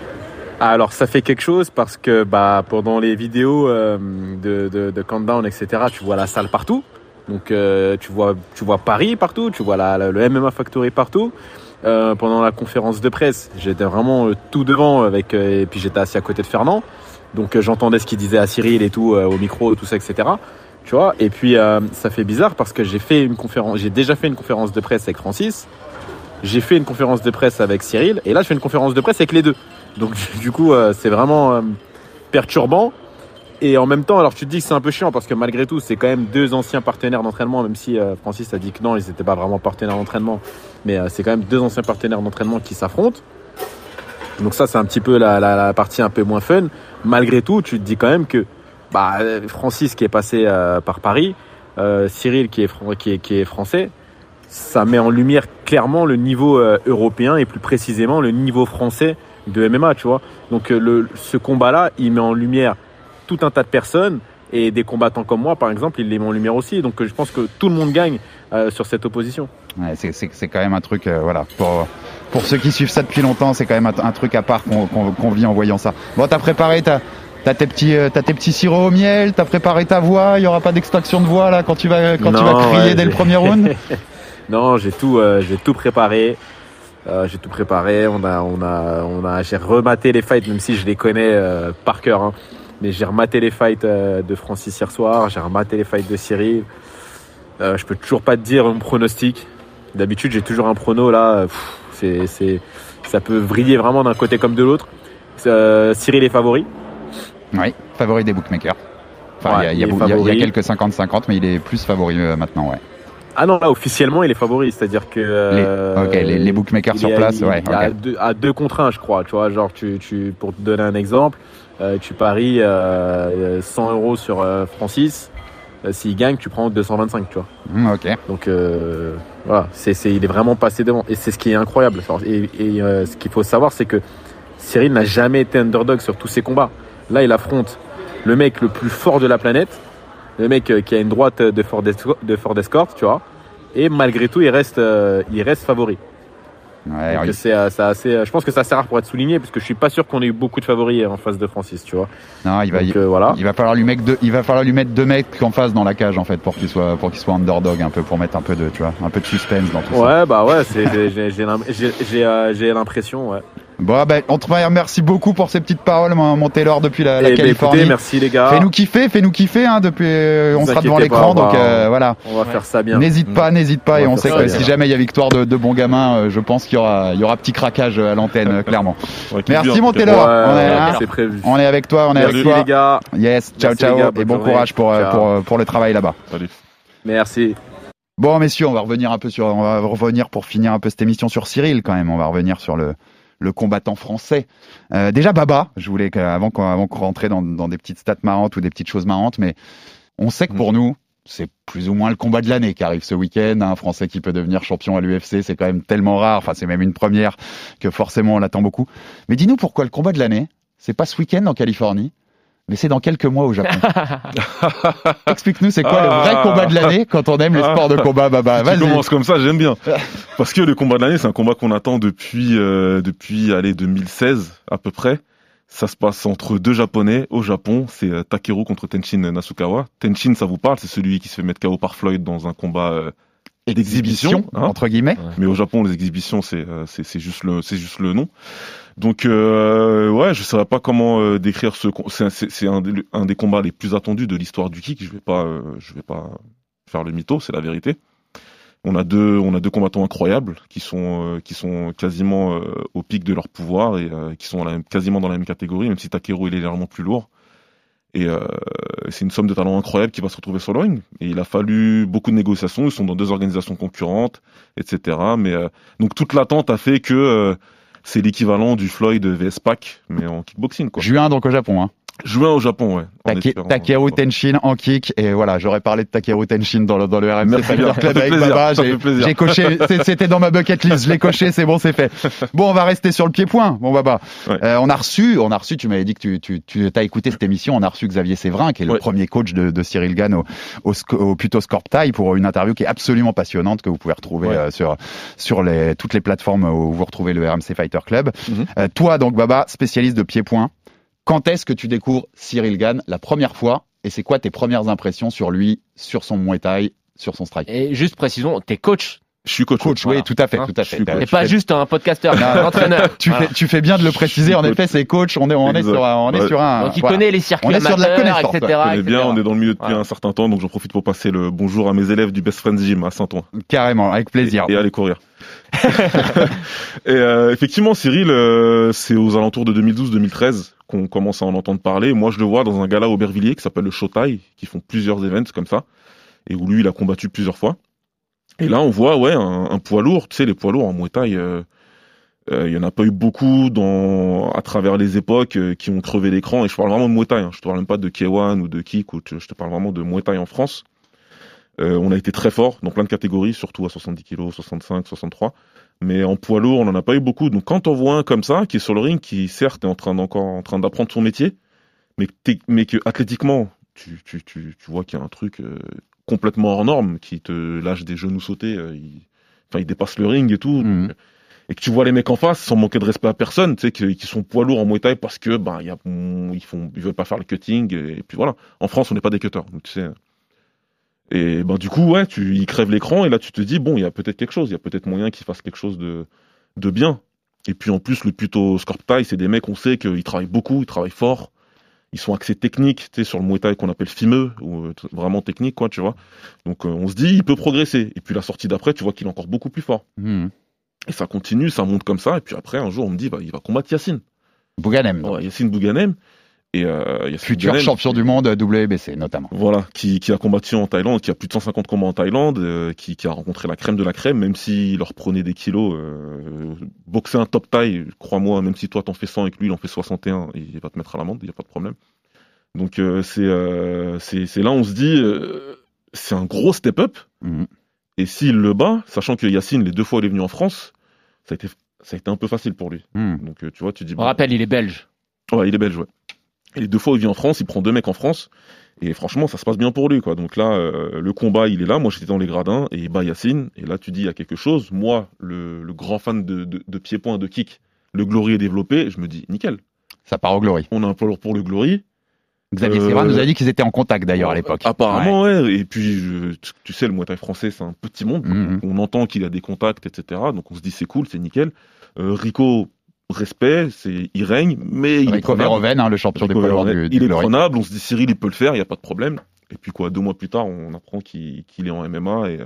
Alors ça fait quelque chose parce que bah pendant les vidéos euh, de, de, de Countdown, et cetera, tu vois la salle partout. Donc euh, tu vois tu vois Paris partout, tu vois la, la, le M M A Factory partout. Euh, pendant la conférence de presse, j'étais vraiment euh, tout devant avec euh, et puis j'étais assis à côté de Fernand. Donc euh, j'entendais ce qu'il disait à Cyril et tout euh, au micro, tout ça, et cetera. Tu vois. Et puis euh, ça fait bizarre parce que j'ai fait une conférence, j'ai déjà fait une conférence de presse avec Francis, j'ai fait une conférence de presse avec Cyril et là je fais une conférence de presse avec les deux. Donc du coup euh, c'est vraiment euh, perturbant. Et en même temps, alors tu te dis que c'est un peu chiant parce que malgré tout, c'est quand même deux anciens partenaires d'entraînement, même si euh, Francis a dit que non, ils n'étaient pas vraiment partenaires d'entraînement, mais euh, c'est quand même deux anciens partenaires d'entraînement qui s'affrontent. Donc ça, c'est un petit peu la, la, la partie un peu moins fun. Malgré tout, tu te dis quand même que bah, Francis qui est passé euh, par Paris, euh, Cyril qui est, qui, est, qui est français, ça met en lumière clairement le niveau euh, européen et plus précisément le niveau français de M M A, tu vois. Donc euh, le, ce combat-là, il met en lumière tout un tas de personnes et des combattants comme moi par exemple, il les met en lumière aussi, donc je pense que tout le monde gagne euh, sur cette opposition. Ouais, c'est, c'est, c'est quand même un truc euh, voilà, pour, pour ceux qui suivent ça depuis longtemps, c'est quand même un, un truc à part qu'on, qu'on, qu'on vit en voyant ça. Bon, t'as préparé ta, t'as tes petits euh, t'as tes petits sirops au miel, t'as préparé ta voix, il y aura pas d'extraction de voix là quand tu vas quand non, tu vas crier ouais, dès j'ai... le premier round. Non, j'ai tout euh, j'ai tout préparé. Euh, j'ai tout préparé, on a on a on a j'ai rematé les fights même si je les connais euh, par cœur hein. Mais j'ai rematé les fights euh, de Francis hier soir, j'ai rematé les fights de Cyril. Euh, je peux toujours pas te dire mon pronostic. D'habitude, j'ai toujours un prono là. Pff, c'est, c'est, ça peut vriller vraiment d'un côté comme de l'autre. Euh, Cyril est favori. Oui, favori des bookmakers. Enfin, ouais, il y, y, y, y a quelques cinquante cinquante, mais il est plus favori euh, maintenant, ouais. Ah non, là, officiellement, il est favori. C'est-à-dire que... Euh, les, ok, les, les bookmakers sur est, place, il, ouais. Il okay. à, deux, à deux contre un, je crois. Tu vois, genre, tu, tu, pour te donner un exemple, euh, tu paries euh, cent euros sur euh, Francis. Euh, s'il gagne, tu prends deux cent vingt-cinq, tu vois. Mmh, ok. Donc, euh, voilà, c'est, c'est, il est vraiment passé devant. Et c'est ce qui est incroyable. Et, et euh, ce qu'il faut savoir, c'est que Cyril n'a jamais été underdog sur tous ses combats. Là, il affronte le mec le plus fort de la planète. Le mec qui a une droite de Ford Escort, de Ford Escort, tu vois. Et malgré tout, il reste, euh, il reste favori. Ouais, Donc oui. c'est, c'est assez, je pense que c'est assez rare pour être souligné, parce que je suis pas sûr qu'on ait eu beaucoup de favoris en face de Francis, tu vois. Non, il va, Donc, il, euh, voilà. il va falloir lui mettre deux, il va falloir lui mettre deux mecs en face dans la cage en fait pour qu'il soit, pour qu'il soit underdog un peu, pour mettre un peu de, tu vois, un peu de suspense dans tout ouais, ça. Ouais, bah ouais, c'est, j'ai, j'ai, j'ai, j'ai, euh, j'ai l'impression, ouais. Bon, ben, on te merci beaucoup pour ces petites paroles, mon Taylor, depuis la, la eh Californie. Écoutez, merci les gars. Fais-nous kiffer, fais-nous kiffer, hein, depuis, euh, on sera devant l'écran, pas, donc, euh, voilà. On va faire ça bien. N'hésite pas, n'hésite pas, on et on sait que bien. si jamais il y a victoire de, de bons gamins, euh, je pense qu'il y aura, il y aura petit craquage à l'antenne, clairement. Ouais, merci, bien. Mon Taylor. Ouais, on, est, ouais, hein, c'est prévu. On est avec toi, on est merci avec toi. Les gars. Yes, ciao, merci ciao, gars, et bon journée. courage pour, pour, pour, pour le travail là-bas. Salut. Merci. Bon, messieurs, on va revenir un peu sur, on va revenir pour finir un peu cette émission sur Cyril, quand même. On va revenir sur le, le combattant français. Euh, déjà, Baba, je voulais qu'avant qu'on, avant qu'on rentre dans, dans des petites stats marrantes ou des petites choses marrantes, mais on sait que pour mmh. nous, c'est plus ou moins le combat de l'année qui arrive ce week-end. Un Français qui peut devenir champion à l'U F C, c'est quand même tellement rare. Enfin, c'est même une première que forcément on l'attend beaucoup. Mais dis-nous pourquoi le combat de l'année, c'est pas ce week-end en Californie, mais c'est dans quelques mois au Japon. Explique-nous, c'est quoi ah, le vrai combat de l'année quand on aime les sports de combat, Baba? Tu commences comme ça, j'aime bien. Parce que le combat de l'année, c'est un combat qu'on attend depuis, euh, depuis, allez, deux mille seize, à peu près. Ça se passe entre deux Japonais au Japon. C'est euh, Takeru contre Tenshin Nasukawa. Tenshin, ça vous parle? C'est celui qui se fait mettre K O par Floyd dans un combat euh, d'exhibition, hein, entre guillemets. Mais au Japon, les exhibitions, c'est, euh, c'est, c'est juste le, c'est juste le nom. Donc euh, ouais, je saurais pas comment euh, décrire ce. C'est, c'est, c'est un, des, un des combats les plus attendus de l'histoire du kick. Je vais pas, euh, je vais pas faire le mytho, c'est la vérité. On a deux, on a deux combattants incroyables qui sont, euh, qui sont quasiment euh, au pic de leur pouvoir et euh, qui sont dans la même, quasiment dans la même catégorie, même si Takeru il est légèrement plus lourd. Et euh, c'est une somme de talents incroyable qui va se retrouver sur le ring. Et il a fallu beaucoup de négociations. Ils sont dans deux organisations concurrentes, et cetera. Mais euh, donc toute l'attente a fait que euh, c'est l'équivalent du Floyd V S Pac, mais en kickboxing, quoi. Juin donc au Japon, hein. Juin au Japon, ouais. Take, Takeru Tenshin en kick, et voilà, j'aurais parlé de Takeru Tenshin dans le, dans le R M C Fighter Club avec plaisir, Baba, j'ai, j'ai coché, c'était dans ma bucket list, je l'ai coché, c'est bon, c'est fait. Bon, on va rester sur le pied-point, bon Baba. Ouais. Euh, on a reçu, on a reçu, tu m'avais dit que tu, tu, tu as écouté cette émission, on a reçu Xavier Séverin, qui est le ouais. premier coach de, de Cyril Gane au, au, au plutôt Scorp Thai, pour une interview qui est absolument passionnante, que vous pouvez retrouver ouais. euh, sur, sur les, toutes les plateformes où vous retrouvez le R M C Fighter Club. Mm-hmm. Euh, toi, donc Baba, spécialiste de pied-point. Quand est-ce que tu découvres Cyril Gane la première fois et c'est quoi tes premières impressions sur lui, sur son Muay Thai, sur son strike? Et juste précisons, t'es coach. Je suis coach. Coach, voilà. Oui, tout à fait, hein, tout à fait. Et pas fais... juste un podcasteur, un entraîneur. Tu voilà. fais, tu fais bien de le préciser. En effet, c'est coach. On est, on est sur, on est ouais. sur un. Donc il voilà. connaît les circuits on est sur de la connaissance, et cetera. On est bien. On est dans le milieu depuis voilà. un certain temps, donc j'en profite pour passer le bonjour à mes élèves du Best Friends Gym à Saint-Ouen. Carrément, avec plaisir. Et, et aller courir. et euh, effectivement, Cyril, euh, c'est aux alentours de deux mille douze deux mille treize qu'on commence à en entendre parler. Moi, je le vois dans un gala à Aubervilliers qui s'appelle le Showtai, qui font plusieurs events comme ça, et où lui, il a combattu plusieurs fois. Et là, on voit, ouais, un, un poids lourd. Tu sais, les poids lourds en Muay Thai, il euh, euh, y en a pas eu beaucoup dans, à travers les époques euh, qui ont crevé l'écran. Et je parle vraiment de Muay Thai. Hein. Je te parle même pas de K un ou de Kick. Ou te, je te parle vraiment de Muay Thai en France. Euh, on a été très fort dans plein de catégories, surtout à soixante-dix kilos, soixante-cinq, soixante-trois. Mais en poids lourd, on en a pas eu beaucoup. Donc quand on voit un comme ça, qui est sur le ring, qui certes est en train d'encore en train d'apprendre son métier, mais, mais que athlétiquement, tu, tu, tu, tu vois qu'il y a un truc euh, complètement hors norme, qui te lâche des genoux sautés, euh, il, enfin il dépasse le ring et tout. Mmh. Donc, et que tu vois les mecs en face, sans manquer de respect à personne, tu sais, qui, qui sont poids lourds en Muay Thai parce que bah y a, ils font, ils veulent pas faire le cutting et, et puis voilà. En France, on n'est pas des cutters, donc tu sais. Et ben du coup, ouais, tu, il crève l'écran et là tu te dis bon, il y a peut-être quelque chose, il y a peut-être moyen qu'il fasse quelque chose de de bien. Et puis en plus, le plutôt Scorp Thai, c'est des mecs, on sait qu'ils travaillent beaucoup, ils travaillent fort, ils sont axés techniques, tu sais, sur le Muay Thai qu'on appelle fimeux, ou euh, vraiment technique, quoi, tu vois. Donc euh, on se dit, il peut progresser. Et puis la sortie d'après, tu vois qu'il est encore beaucoup plus fort. Mmh. Et ça continue, ça monte comme ça. Et puis après, un jour, on me dit, bah, il va combattre Yacine Bouganem. Ouais, Yacine Bouganem. Et euh, Yacine futur Bouganem, champion qui, du monde W B C notamment. Voilà, qui, qui a combattu en Thaïlande, qui a plus de cent cinquante combats en Thaïlande, euh, qui, qui a rencontré la crème de la crème, même s'il leur prenait des kilos. Euh, boxer un top taille, crois-moi, même si toi t'en fais cent et que lui il en fait soixante et un, il va te mettre à l'amende, il n'y a pas de problème. Donc euh, c'est, euh, c'est c'est là on se dit, euh, c'est un gros step-up. Mmh. Et s'il le bat, sachant que Yacine, les deux fois il est venu en France, ça a été, ça a été un peu facile pour lui. Mmh. Donc euh, tu vois, tu dis. On bon, rappelle, il est belge. Ouais, il est belge, ouais. Et les deux fois où il vient en France, il prend deux mecs en France. Et franchement, ça se passe bien pour lui, quoi. Donc là, euh, le combat, il est là. Moi, j'étais dans les gradins et il bat Yacine. Et là, tu dis, il y a quelque chose. Moi, le, le grand fan de, de, de pied-point, de kick, le Glory est développé. Je me dis, nickel. Ça part au Glory. On a un poids lourd pour le Glory. Xavier euh, Séverin nous a dit qu'ils étaient en contact d'ailleurs à l'époque. Apparemment, ouais. ouais. Et puis, je, tu sais, le Muay Thai français, c'est un petit monde. Mm-hmm. On entend qu'il a des contacts, et cetera. Donc on se dit, c'est cool, c'est nickel. Euh, Rico, respect, c'est, il règne, mais il Rico est prenable. Verhoeven, hein, le champion des poids lourds du, du Il est Glory. prenable, on se dit Cyril, il peut le faire, il n'y a pas de problème. Et puis quoi, deux mois plus tard, on apprend qu'il, qu'il est en M M A et,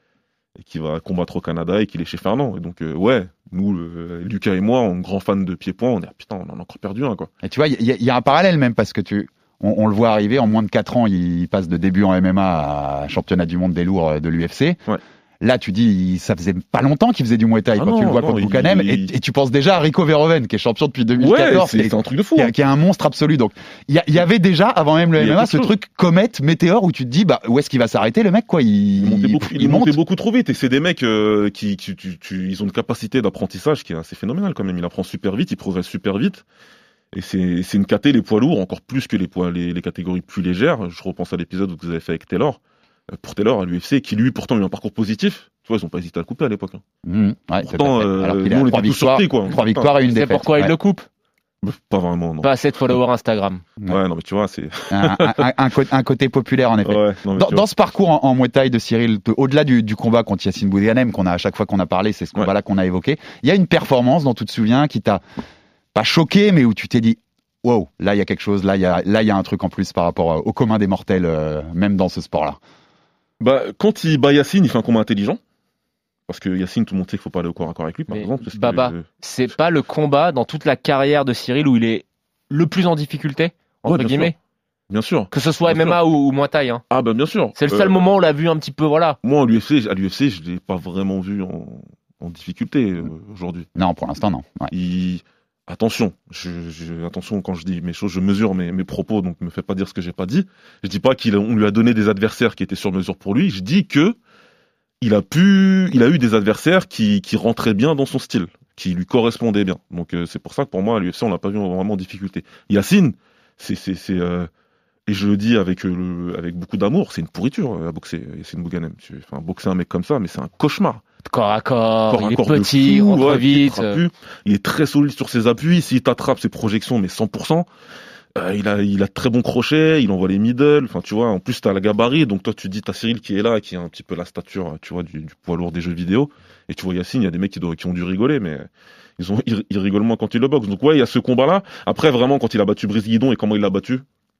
et qu'il va combattre au Canada et qu'il est chez Fernand. Et donc, euh, ouais, nous, euh, Lucas et moi, on est grands fans de pied-point, on est, putain, on en a encore perdu un, quoi. Et tu vois, il y, y a un parallèle même, parce que tu, on, on le voit arriver, en moins de quatre ans, il passe de début en M M A à championnat du monde des lourds de l'U F C. Ouais. Là, tu dis, ça faisait pas longtemps qu'il faisait du Muay Thai ah quand non, tu le vois non, contre Bouganem, il... et, et tu penses déjà à Rico Verhoeven, qui est champion depuis deux mille quatorze, ouais, c'est, c'est un truc de fou, qui, hein. qui est un monstre absolu. Donc, il y, y avait déjà, avant même le M M A, ce chose. truc comète, météore, où tu te dis, bah, où est-ce qu'il va s'arrêter, le mec, quoi, il, il montait beaucoup, il, il montait monte. beaucoup trop vite, et c'est des mecs, euh, qui, qui tu, tu, ils ont une capacité d'apprentissage qui est assez phénoménale quand même. Il apprend super vite, il progresse super vite. Et c'est, c'est une caté, les poids lourds, encore plus que les poids, les, les catégories plus légères. Je repense à l'épisode que vous avez fait avec Taylor. Pour Taylor à l'U F C, qui lui pourtant a eu un parcours positif, tu vois, ils ont pas hésité à le couper à l'époque. Hein. Mmh, ouais, pourtant, euh, Alors qu'il nous, on était tous surpris, quoi. Trois victoires et une défaite. C'est pourquoi ouais. il le coupe. Pas vraiment, non. Pas assez de followers Instagram. Ouais, ouais non, mais tu vois, c'est un, un, un, un côté populaire en effet. Ouais, non, dans, dans ce parcours en, en Muay Thai de Cyril, au-delà du, du combat contre Yacine Bouganem qu'on a à chaque fois qu'on a parlé, c'est ce combat-là ouais. qu'on a évoqué. Il y a une performance dont tu te souviens qui t'a pas choqué, mais où tu t'es dit. Wow, là il y a quelque chose, là il y a, là il y a un truc en plus par rapport au commun des mortels, euh, même dans ce sport-là. Bah, quand il bat Yacine, il fait un combat intelligent. Parce que Yacine, tout le monde sait qu'il faut pas aller au corps à corps avec lui, par mais exemple. Parce Baba, que... c'est pas le combat dans toute la carrière de Cyril où il est le plus en difficulté, entre ouais, bien guillemets. Sûr. Bien sûr. Que ce soit bien M M A sûr. ou, ou Muay Thai. Hein. Ah ben bien sûr. C'est le seul euh, moment où on l'a vu un petit peu, voilà. Moi, à l'U F C, à l'U F C, je l'ai pas vraiment vu en, en difficulté euh, aujourd'hui. Non, pour l'instant, non. Ouais. Il... Attention, je, je, attention quand je dis mes choses, je mesure mes, mes propos, donc ne me faites pas dire ce que j'ai pas dit. Je dis pas qu'on lui a donné des adversaires qui étaient sur mesure pour lui. Je dis que il a pu, il a eu des adversaires qui, qui rentraient bien dans son style, qui lui correspondaient bien. Donc euh, c'est pour ça que pour moi, à l'U F C, on l'a pas vu vraiment en difficulté. Yacine, c'est, c'est, c'est euh, et je le dis avec, euh, avec beaucoup d'amour, c'est une pourriture euh, à boxer, Yacine Bouganem. Enfin, boxer un mec comme ça, mais c'est un cauchemar. Corps à corps, corps il à corps est petit, fou, rentre ouais, vite. Il, il est très solide sur ses appuis. S'il t'attrape ses projections, mais cent pour cent. Euh, il a, il a très bon crochet, il envoie les middle. Enfin, tu vois, en plus t'as la gabarit, donc toi tu dis t'as Cyril qui est là, qui a un petit peu la stature, tu vois, du, du poids lourd des jeux vidéo. Et tu vois Yacine, il y a des mecs qui, doivent, qui ont dû rigoler, mais ils ont, ils, ils rigolent moins quand ils le boxent. Donc ouais, il y a ce combat-là. Après, vraiment, quand il a battu Brice Guidon et comment il l'a battu,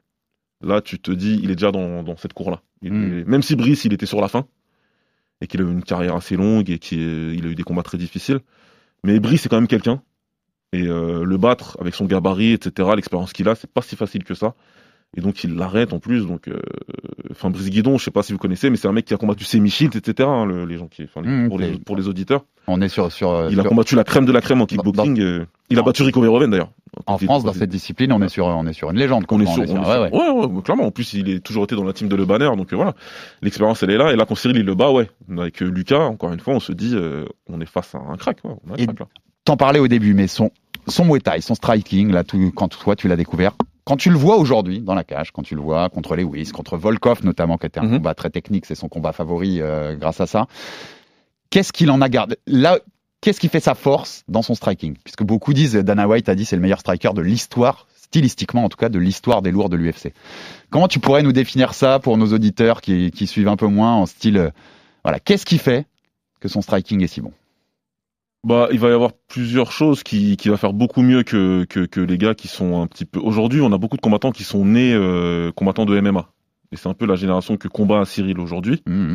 là tu te dis, il est déjà dans, dans cette cour-là. Il, mm. Même si Brice, il était sur la fin. Et qu'il a eu une carrière assez longue et qu'il a eu des combats très difficiles. Mais Brice, c'est quand même quelqu'un. Et euh, le battre avec son gabarit, et cetera, l'expérience qu'il a, c'est pas si facile que ça. Et donc, il l'arrête en plus. Donc, euh... enfin, Brice Guidon, je sais pas si vous connaissez, mais c'est un mec qui a combattu Semi Shield, et cetera. Hein, le, les gens qui, enfin, mmh, pour, les, pour les auditeurs. On est sur, sur. Il sur... a combattu la crème de la crème en kickboxing. Dans... Euh... Il a battu Rico Verhoeven d'ailleurs. En France, dans cette discipline, on est sur, on est sur une légende. On est sur, on est sur... Ouais, ouais. Ouais, ouais, clairement. En plus, il est toujours été dans la team de Le Banner, donc euh, voilà. L'expérience, elle est là. Et là, quand Cyril il le bat, ouais, avec euh, Lucas, encore une fois, on se dit, euh, on est face à un crack. Ouais, on a un et crack, là. T'en parlais au début, mais son, son Muay Thai, son striking, là, tout, quand toi tu l'as découvert, quand tu le vois aujourd'hui dans la cage, quand tu le vois contre Lewis, contre Volkov notamment, qui était un mm-hmm. combat très technique, c'est son combat favori euh, grâce à ça. Qu'est-ce qu'il en a gardé là? Qu'est-ce qui fait sa force dans son striking? Puisque beaucoup disent, Dana White a dit, c'est le meilleur striker de l'histoire, stylistiquement en tout cas, de l'histoire des lourds de l'U F C. Comment tu pourrais nous définir ça pour nos auditeurs qui, qui suivent un peu moins en style, euh, voilà, qu'est-ce qui fait que son striking est si bon? Bah, il va y avoir plusieurs choses qui, qui va faire beaucoup mieux que, que, que les gars qui sont un petit peu. Aujourd'hui, on a beaucoup de combattants qui sont nés euh, combattants de M M A. Et c'est un peu la génération que combat Cyril aujourd'hui. Mmh.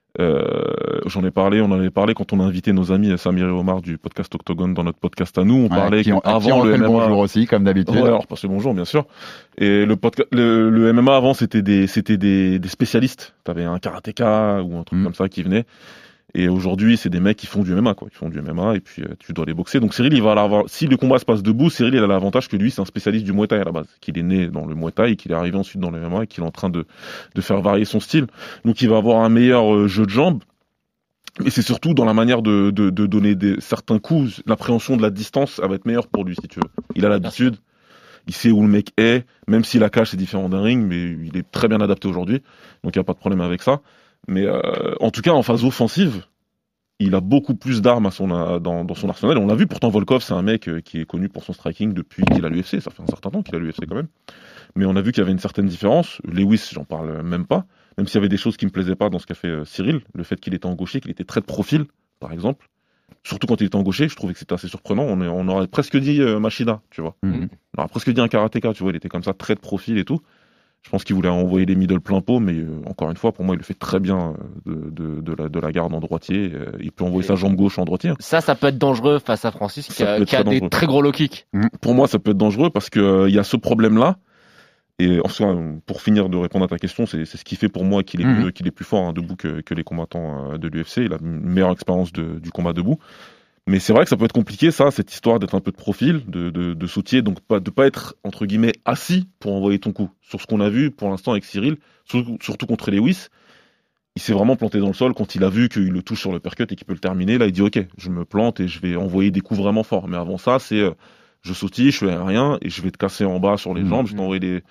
Euh, j'en ai parlé, on en avait parlé quand on a invité nos amis Samir et Omar du podcast Octogone dans notre podcast à nous. On ouais, parlait qui ont, avant qui ont le fait M M A. Le bonjour aussi, comme d'habitude. Ouais, alors passez bonjour, bien sûr. Et le podcast, le, le M M A avant, c'était des, c'était des, des spécialistes. T'avais un karatéka ou un truc mmh. comme ça qui venait. Et aujourd'hui, c'est des mecs qui font du M M A, quoi. Ils font du M M A et puis euh, tu dois les boxer. Donc Cyril, il va avoir. Si le combat se passe debout, Cyril, il a l'avantage que lui, c'est un spécialiste du Muay Thai à la base, qu'il est né dans le Muay Thai et qu'il est arrivé ensuite dans le M M A et qu'il est en train de de faire varier son style. Donc il va avoir un meilleur euh, jeu de jambes. Mais c'est surtout dans la manière de de, de donner des certains coups, l'appréhension de la distance, ça va être meilleur pour lui, si tu veux. Il a l'habitude. Il sait où le mec est, même si la cage c'est différent d'un ring, mais il est très bien adapté aujourd'hui. Donc il n'y a pas de problème avec ça. Mais euh, en tout cas, en phase offensive, il a beaucoup plus d'armes à son, dans, dans son arsenal. Et on l'a vu, pourtant Volkov, c'est un mec qui est connu pour son striking depuis qu'il a l'U F C. Ça fait un certain temps qu'il a l'U F C quand même. Mais on a vu qu'il y avait une certaine différence. Lewis, j'en parle même pas. Même s'il y avait des choses qui me plaisaient pas dans ce qu'a fait euh, Cyril. Le fait qu'il était en gaucher, qu'il était très de profil, par exemple. Surtout quand il était en gaucher, je trouvais que c'était assez surprenant. On, est, on aurait presque dit euh, Machida, tu vois. Mm-hmm. On aurait presque dit un karatéka, tu vois. Il était comme ça, très de profil et tout. Je pense qu'il voulait envoyer les middle plein pot, mais euh, encore une fois, pour moi, il le fait très bien euh, de, de, de, la, de la garde en droitier. Euh, il peut envoyer et sa jambe gauche en droitier. Ça, ça peut être dangereux face à Francis, qui a, qui a des très gros low kicks. Mmh. Pour moi, ça peut être dangereux parce qu'il euh, y a ce problème-là. Et enfin, pour finir de répondre à ta question, c'est, c'est ce qui fait pour moi qu'il est, mmh. plus, qu'il est plus fort hein, debout que, que les combattants euh, de l'U F C. Il a une meilleure expérience de, du combat debout. Mais c'est vrai que ça peut être compliqué, ça, cette histoire d'être un peu de profil, de, de, de sautier, donc pas, de pas être, entre guillemets, assis pour envoyer ton coup. Sur ce qu'on a vu pour l'instant avec Cyril, surtout, surtout contre Lewis, il s'est vraiment planté dans le sol quand il a vu qu'il le touche sur le percut et qu'il peut le terminer. Là, il dit, OK, je me plante et je vais envoyer des coups vraiment forts. Mais avant ça, c'est, euh, je sautille, je fais rien et je vais te casser en bas sur les mmh. jambes, je vais t'envoyer des...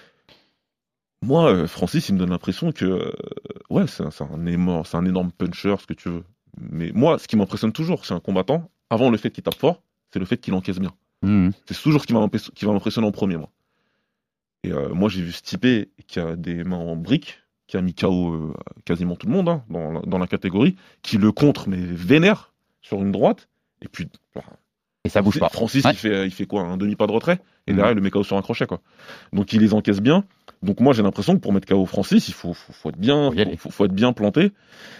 Moi, euh, Francis, il me donne l'impression que, euh, ouais, c'est, c'est, un énorme, c'est un énorme puncher, ce que tu veux. Mais moi, ce qui m'impressionne toujours, c'est un combattant, avant le fait qu'il tape fort, c'est le fait qu'il encaisse bien. Mmh. C'est toujours ce qui, qui va m'impressionner en premier, moi. Et euh, moi, j'ai vu Stipe, qui a des mains en briques, qui a mis K O euh, quasiment tout le monde hein, dans, la, dans la catégorie, qui le contre, mais vénère, sur une droite, et puis... Bah, et ça bouge pas. Francis, ouais. il, fait, il fait quoi, un demi-pas de retrait, et mmh. derrière, il le met K O sur un crochet, quoi. Donc, il les encaisse bien. Donc, moi, j'ai l'impression que pour mettre K O Francis, il faut, faut, faut être bien, faut, faut, faut être bien planté.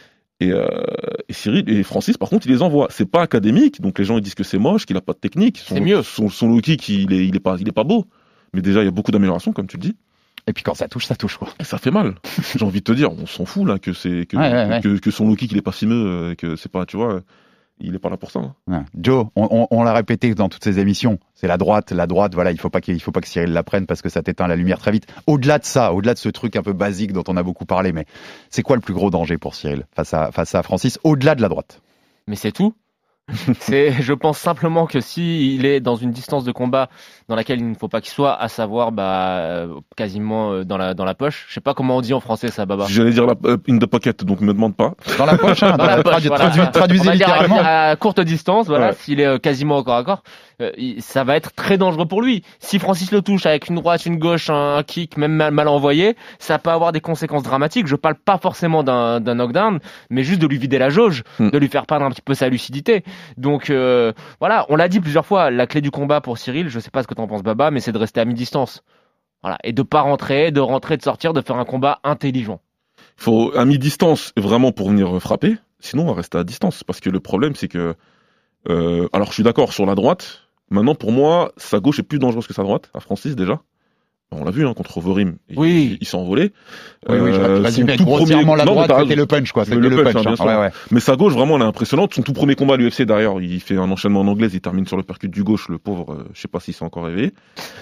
Et, euh, et Cyril et Francis, par contre, il les envoie. C'est pas académique, donc les gens ils disent que c'est moche, qu'il a pas de technique. Son, c'est mieux. Son, son low kick, il est, il est pas, il est pas beau. Mais déjà, il y a beaucoup d'améliorations, comme tu le dis. Et puis quand ça touche, ça touche quoi. Et ça fait mal. J'ai envie de te dire, on s'en fout là que c'est que, ouais, ouais, ouais. que, que son low kick il est pas fimeux, que c'est pas, tu vois. Il est pas là pour ça. Hein. Ouais. Joe, on, on, on l'a répété dans toutes ces émissions, c'est la droite, la droite, voilà, il faut pas qu'il faut pas que Cyril la prenne parce que ça t'éteint la lumière très vite. Au-delà de ça, au-delà de ce truc un peu basique dont on a beaucoup parlé, mais c'est quoi le plus gros danger pour Cyril face à face à Francis, au-delà de la droite? Mais c'est tout. c'est, je pense simplement que si il est dans une distance de combat dans laquelle il ne faut pas qu'il soit, à savoir bah quasiment dans la dans la poche. Je sais pas comment on dit en français ça, Baba. J'allais dire la uh, in the pocket, donc me demande pas. Dans la poche, hein, dans, dans la, la poche. Tradu- voilà. tradu- traduisez littéralement. À, à courte distance, voilà, ouais. S'il est euh, quasiment au corps à corps, euh, il, ça va être très dangereux pour lui. Si Francis le touche avec une droite, une gauche, un, un kick, même mal, mal envoyé, ça peut avoir des conséquences dramatiques. Je parle pas forcément d'un, d'un knockdown, mais juste de lui vider la jauge, mm. de lui faire perdre un petit peu sa lucidité. Donc euh, Euh, voilà, on l'a dit plusieurs fois, la clé du combat pour Cyril, je sais pas ce que t'en penses Baba, mais c'est de rester à mi-distance. Voilà, et de pas rentrer, de rentrer, de sortir, de faire un combat intelligent. Il faut à mi-distance vraiment pour venir frapper, sinon on va rester à distance. Parce que le problème c'est que, euh, alors je suis d'accord sur la droite, maintenant pour moi sa gauche est plus dangereuse que sa droite, à Francis déjà. On l'a vu hein, contre Overeem, oui. il, il s'est envolé. Oui, oui, euh, vas-y, mais grossièrement la droite, c'était le punch, quoi. C'était le, le punch, punch hein, hein. Ouais, ouais. Mais sa gauche, vraiment, elle est impressionnante. Son tout premier combat à l'U F C, derrière, il fait un enchaînement en anglaise, il termine sur le percute du gauche, le pauvre, euh, je sais pas s'il s'est encore réveillé.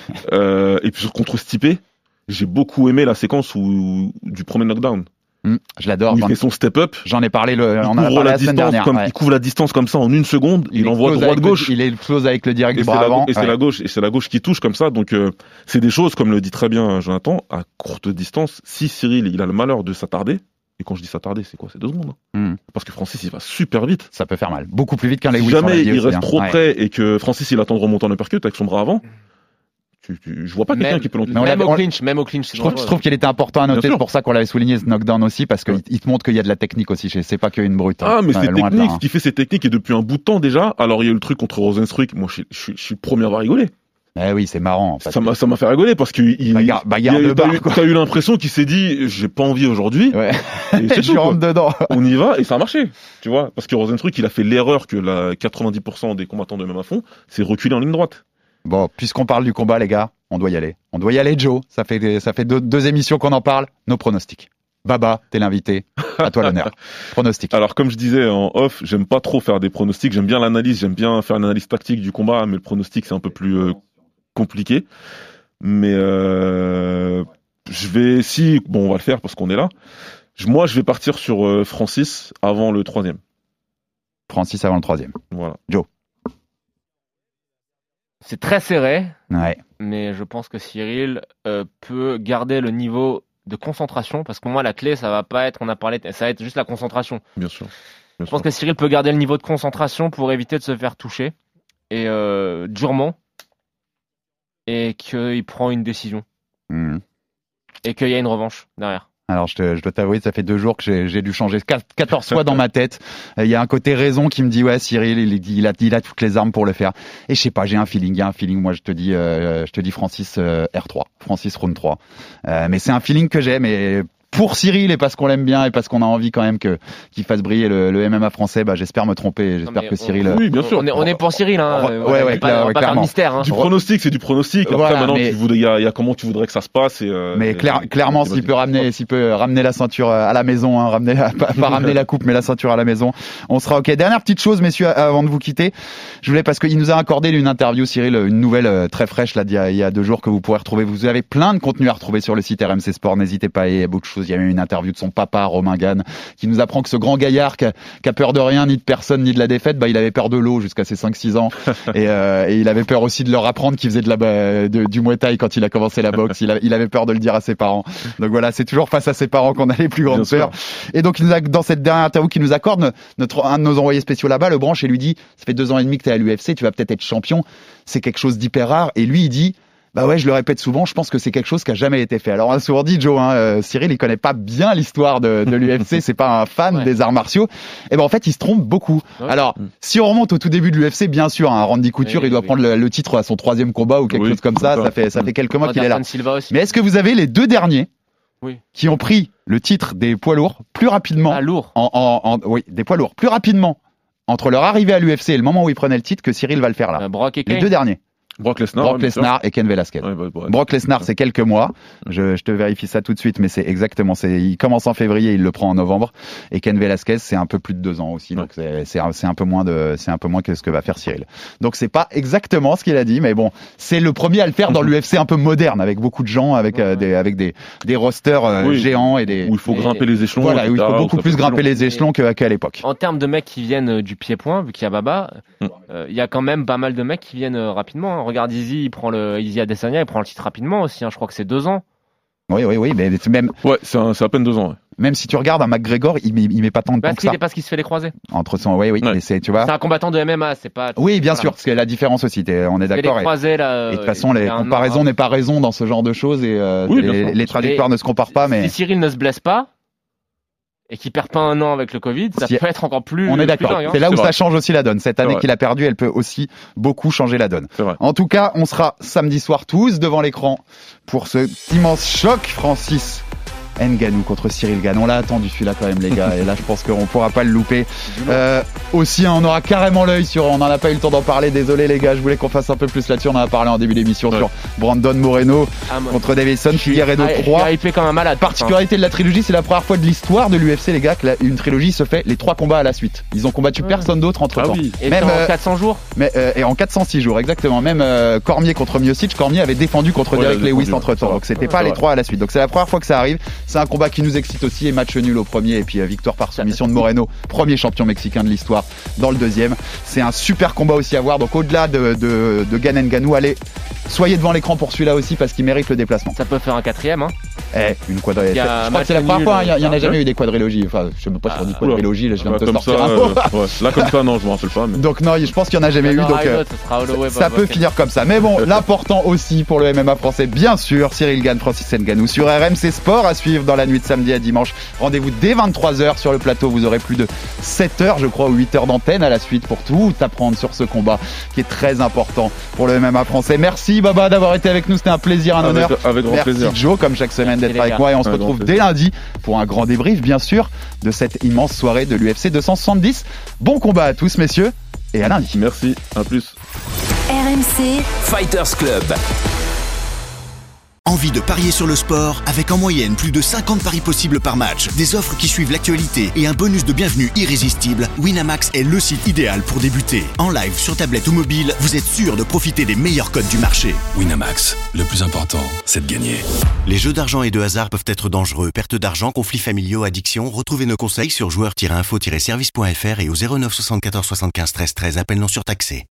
euh, et puis contre Stipe, j'ai beaucoup aimé la séquence où, du premier knockdown. Mmh, je l'adore. Où il fait son step-up. J'en ai parlé, le, il on en a parlé la, la semaine dernière. Comme, ouais. Il couvre la distance comme ça en une seconde, il, il envoie droite-gauche. Il explose avec le direct et du bras avant. Et c'est ouais. la gauche, et c'est la gauche qui touche comme ça. Donc, euh, c'est des choses, comme le dit très bien Jonathan, à courte distance. Si Cyril, il a le malheur de s'attarder, et quand je dis s'attarder, c'est quoi? C'est deux secondes. Hein. Mmh. Parce que Francis, il va super vite. Ça peut faire mal. Beaucoup plus vite qu'un Lewis. Si jamais il reste hein. trop ouais. près et que Francis, il attend de remonter en uppercut avec son bras avant, Tu, tu, je vois pas quelqu'un même, qui peut l'encaisser. Même au clinch, même au clinch. Je trouve, je trouve qu'il était important à noter, c'est pour ça qu'on l'avait souligné ce knockdown aussi, parce qu'il ouais. te montre qu'il y a de la technique aussi. C'est pas qu'une brute. Ah, hein. mais ouais, c'est technique. Ce qui fait ces techniques et depuis un bout de temps déjà. Alors il y a eu le truc contre Rosenstruik. Moi, je, je, je suis le premier à avoir rigolé. Eh oui, c'est marrant. Ça m'a, ça m'a fait rigoler parce que il, bagarre, bagarre il, de bar, t'as, t'as eu l'impression qu'il s'est dit, j'ai pas envie aujourd'hui. Ouais. Et c'est je tout, rentre quoi. Dedans. On y va et ça a marché. Tu vois, parce que Rosenstruik, il a fait l'erreur que la quatre-vingt-dix pour cent des combattants de M M A font, c'est reculer en ligne droite. Bon, puisqu'on parle du combat, les gars, on doit y aller. On doit y aller, Joe. Ça fait, ça fait deux, deux émissions qu'on en parle. Nos pronostics. Baba, t'es l'invité. À toi l'honneur. Pronostics. Alors, comme je disais en off, j'aime pas trop faire des pronostics. J'aime bien l'analyse. J'aime bien faire une analyse tactique du combat, mais le pronostic, c'est un peu plus euh, compliqué. Mais euh, je vais, si, bon, on va le faire parce qu'on est là. Moi, je vais partir sur euh, Francis avant le troisième. Francis avant le troisième. Voilà. Joe. C'est très serré, ouais. mais je pense que Cyril euh, peut garder le niveau de concentration, parce que pour moi la clé ça va pas être, on a parlé, ça va être juste la concentration. Bien sûr. Bien je sûr. pense que Cyril peut garder le niveau de concentration pour éviter de se faire toucher et euh, durement, et qu'il prend une décision mmh. et qu'il y a une revanche derrière. Alors, je, te, je dois t'avouer, ça fait deux jours que j'ai, j'ai dû changer quatorze fois dans ma tête. Il y a un côté raison qui me dit, ouais, Cyril, il, il, a, il a toutes les armes pour le faire. Et je sais pas, j'ai un feeling, il y a un feeling. Moi, je te dis, euh, je te dis Francis euh, R trois, Francis round trois. Euh, mais c'est un feeling que j'ai, mais pour Cyril et parce qu'on l'aime bien et parce qu'on a envie quand même que qu'il fasse briller le, le M M A français, bah j'espère me tromper. J'espère non, que Cyril. On, oui, bien sûr. On est, on est pour Cyril, hein. Ouais, ouais, ouais, pas, clair, on va pas faire de mystère. Hein. Du pronostic, c'est du pronostic. Après, voilà, maintenant, il voudrais, y a, y a comment tu voudrais que ça se passe. Et, euh, mais clair, et, clairement, s'il peut ramener, s'il peut ramener la ceinture à la maison, hein, ramener, la, pas, pas ramener la coupe, mais la ceinture à la maison, on sera ok. Dernière petite chose, messieurs, avant de vous quitter, je voulais parce qu'il nous a accordé une interview, Cyril, une nouvelle très fraîche là d'il y a, il y a deux jours que vous pourrez retrouver. Vous avez plein de contenu à retrouver sur le site R M C Sport. N'hésitez pas. Il y a beaucoup de choses. Il y a eu une interview de son papa, Romain Gane, qui nous apprend que ce grand gaillard qui a, qui a peur de rien, ni de personne, ni de la défaite, bah il avait peur de l'eau jusqu'à ses cinq six ans et, euh, et il avait peur aussi de leur apprendre qu'il faisait de la de, du Muay Thai quand il a commencé la boxe. Il, a, il avait peur de le dire à ses parents. Donc voilà, c'est toujours face à ses parents qu'on a les plus grandes peurs. Et donc il nous a, dans cette dernière interview qu'il nous accorde, notre un de nos envoyés spéciaux là-bas le branche et lui dit, ça fait deux ans et demi que t'es à l'U F C, tu vas peut-être être champion. C'est quelque chose d'hyper rare. Et lui il dit, bah ouais, je le répète souvent, je pense que c'est quelque chose qui a jamais été fait. Alors on a souvent dit, Joe, hein, euh, Cyril, il connaît pas bien l'histoire de, de l'U F C, c'est pas un fan ouais. des arts martiaux. Et ben en fait, il se trompe beaucoup. Ouais. Alors, mmh. si on remonte au tout début de l'U F C, bien sûr, hein, Randy Couture, oui, il doit oui. prendre le, le titre à son troisième combat ou quelque oui. chose comme ça. Ça fait ça fait quelques mois qu'il est là. Mais est-ce que vous avez les deux derniers oui. qui ont pris le titre des poids lourds plus rapidement. Ah, lourd. En, en, en, oui, des poids lourds plus rapidement entre leur arrivée à l'U F C et le moment où ils prenaient le titre que Cyril va le faire là. Euh, Brock et Les Kane. deux derniers. Brock Lesnar. Brock ouais, Lesnar et Ken Velasquez. Ouais, bah, bah, Brock Lesnar, c'est quelques mois. Je, je te vérifie ça tout de suite, mais c'est exactement. C'est, il commence en février, il le prend en novembre. Et Ken Velasquez, c'est un peu plus de deux ans aussi. Donc c'est, c'est, un, c'est un peu moins de, c'est un peu moins que ce que va faire Cyril. Donc c'est pas exactement ce qu'il a dit, mais bon, c'est le premier à le faire dans l'U F C un peu moderne, avec beaucoup de gens, avec euh, des, avec des, des rosters euh, oui, géants et des. Où il faut et, grimper les échelons. Voilà, où il faut et cetera, beaucoup plus grimper les échelons que, qu'à l'époque. En termes de mecs qui viennent du pied-point, vu qu'il y a Baba, il mm. euh, y a quand même pas mal de mecs qui viennent rapidement. Hein. Regarde Izzy, il prend le Izzy Adesanya, il prend le titre rapidement aussi. Hein. Je crois que c'est deux ans. Oui, oui, oui, mais même. Ouais, c'est, un, c'est à peine deux ans. Ouais. Même si tu regardes un McGregor, il met, il met pas tant de temps parce que ça. C'est parce qu'il se fait les croisés. Entre son, oui, oui, ouais. mais c'est, tu vois. C'est un combattant de M M A, c'est pas. Oui, bien voilà. sûr, parce que la différence aussi, t'es, on est d'accord. Les croisés, là, et de toute façon, les comparaisons n'est pas raison dans ce genre de choses et euh, oui, les, les trajectoires et ne se comparent pas. Mais si Cyril ne se blesse pas et qu'il perd pas un an avec le Covid, ça si peut être encore plus. On est d'accord. Plus dingue, c'est hein. là où c'est ça vrai. change aussi la donne. Cette année qu'il a perdu, elle peut aussi beaucoup changer la donne. C'est vrai. En tout cas, on sera samedi soir tous devant l'écran pour ce immense choc, Francis Ngannou contre Cyril Gane. On l'a attendu celui-là quand même, les gars. Et là, je pense qu'on pourra pas le louper. Euh, aussi, hein, on aura carrément l'œil sur. On n'en a pas eu le temps d'en parler. Désolé, les gars. Je voulais qu'on fasse un peu plus là-dessus. On en a parlé en début d'émission ouais. sur Brandon Moreno ah, contre Davison Figueiredo trois. Je suis hypé comme un malade. Particularité de la trilogie, c'est la première fois de l'histoire de l'U F C, les gars, que la, une trilogie se fait les trois combats à la suite. Ils ont combattu ouais. personne d'autre entre temps. Ah oui. Et même en quatre cents jours. Mais euh, et en quatre cent six jours, exactement. Même euh, Cormier contre Miocic. Cormier avait défendu contre ouais, Derek Lewis entre temps. Donc c'était ouais, pas les trois à la suite. Donc c'est la première fois que ça arrive. C'est un combat qui nous excite aussi et match nul au premier et puis euh, victoire par soumission de Moreno, premier champion mexicain de l'histoire dans le deuxième. C'est un super combat aussi à voir. Donc au-delà de, de, de Gane Ngannou, allez, soyez devant l'écran pour celui-là aussi parce qu'il mérite le déplacement. Ça peut faire un quatrième. Hein. Eh, une quadrilogie. Je crois que c'est la première fois. Il n'y en a jamais eu des quadrilogies. Enfin, je sais même pas si on dit quadrilogie. Là, je viens de te sortir ça, un mot. Euh, ouais. Là comme ça, non, je me rappelle pas. Mais... Donc non, je pense qu'il n'y en a jamais eu. Donc euh, ça peut finir comme ça. Mais bon, l'important aussi pour le M M A français, bien sûr, Cyril Gane, Francis Ngannou sur R M C Sport à suivre dans la nuit de samedi à dimanche. Rendez-vous dès vingt-trois heures sur le plateau. Vous aurez plus de sept heures, je crois, ou huit heures d'antenne à la suite pour tout apprendre sur ce combat qui est très important pour le M M A français. Merci Baba d'avoir été avec nous. C'était un plaisir, un avec, honneur. Avec grand Merci plaisir. Joe, comme chaque semaine, Merci d'être avec gars. moi. Et on se avec retrouve dès lundi pour un grand débrief, bien sûr, de cette immense soirée de l'U F C deux cent soixante-dix. Bon combat à tous, messieurs, et à lundi. Merci, à plus. R M C Fighters Club. Envie de parier sur le sport avec en moyenne plus de cinquante paris possibles par match, des offres qui suivent l'actualité et un bonus de bienvenue irrésistible, Winamax est le site idéal pour débuter. En live, sur tablette ou mobile, vous êtes sûr de profiter des meilleurs codes du marché. Winamax, le plus important, c'est de gagner. Les jeux d'argent et de hasard peuvent être dangereux. Perte d'argent, conflits familiaux, addiction. Retrouvez nos conseils sur joueurs tiret info tiret service point f r et au zéro neuf soixante-quatorze soixante-quinze treize treize. Appel non surtaxé.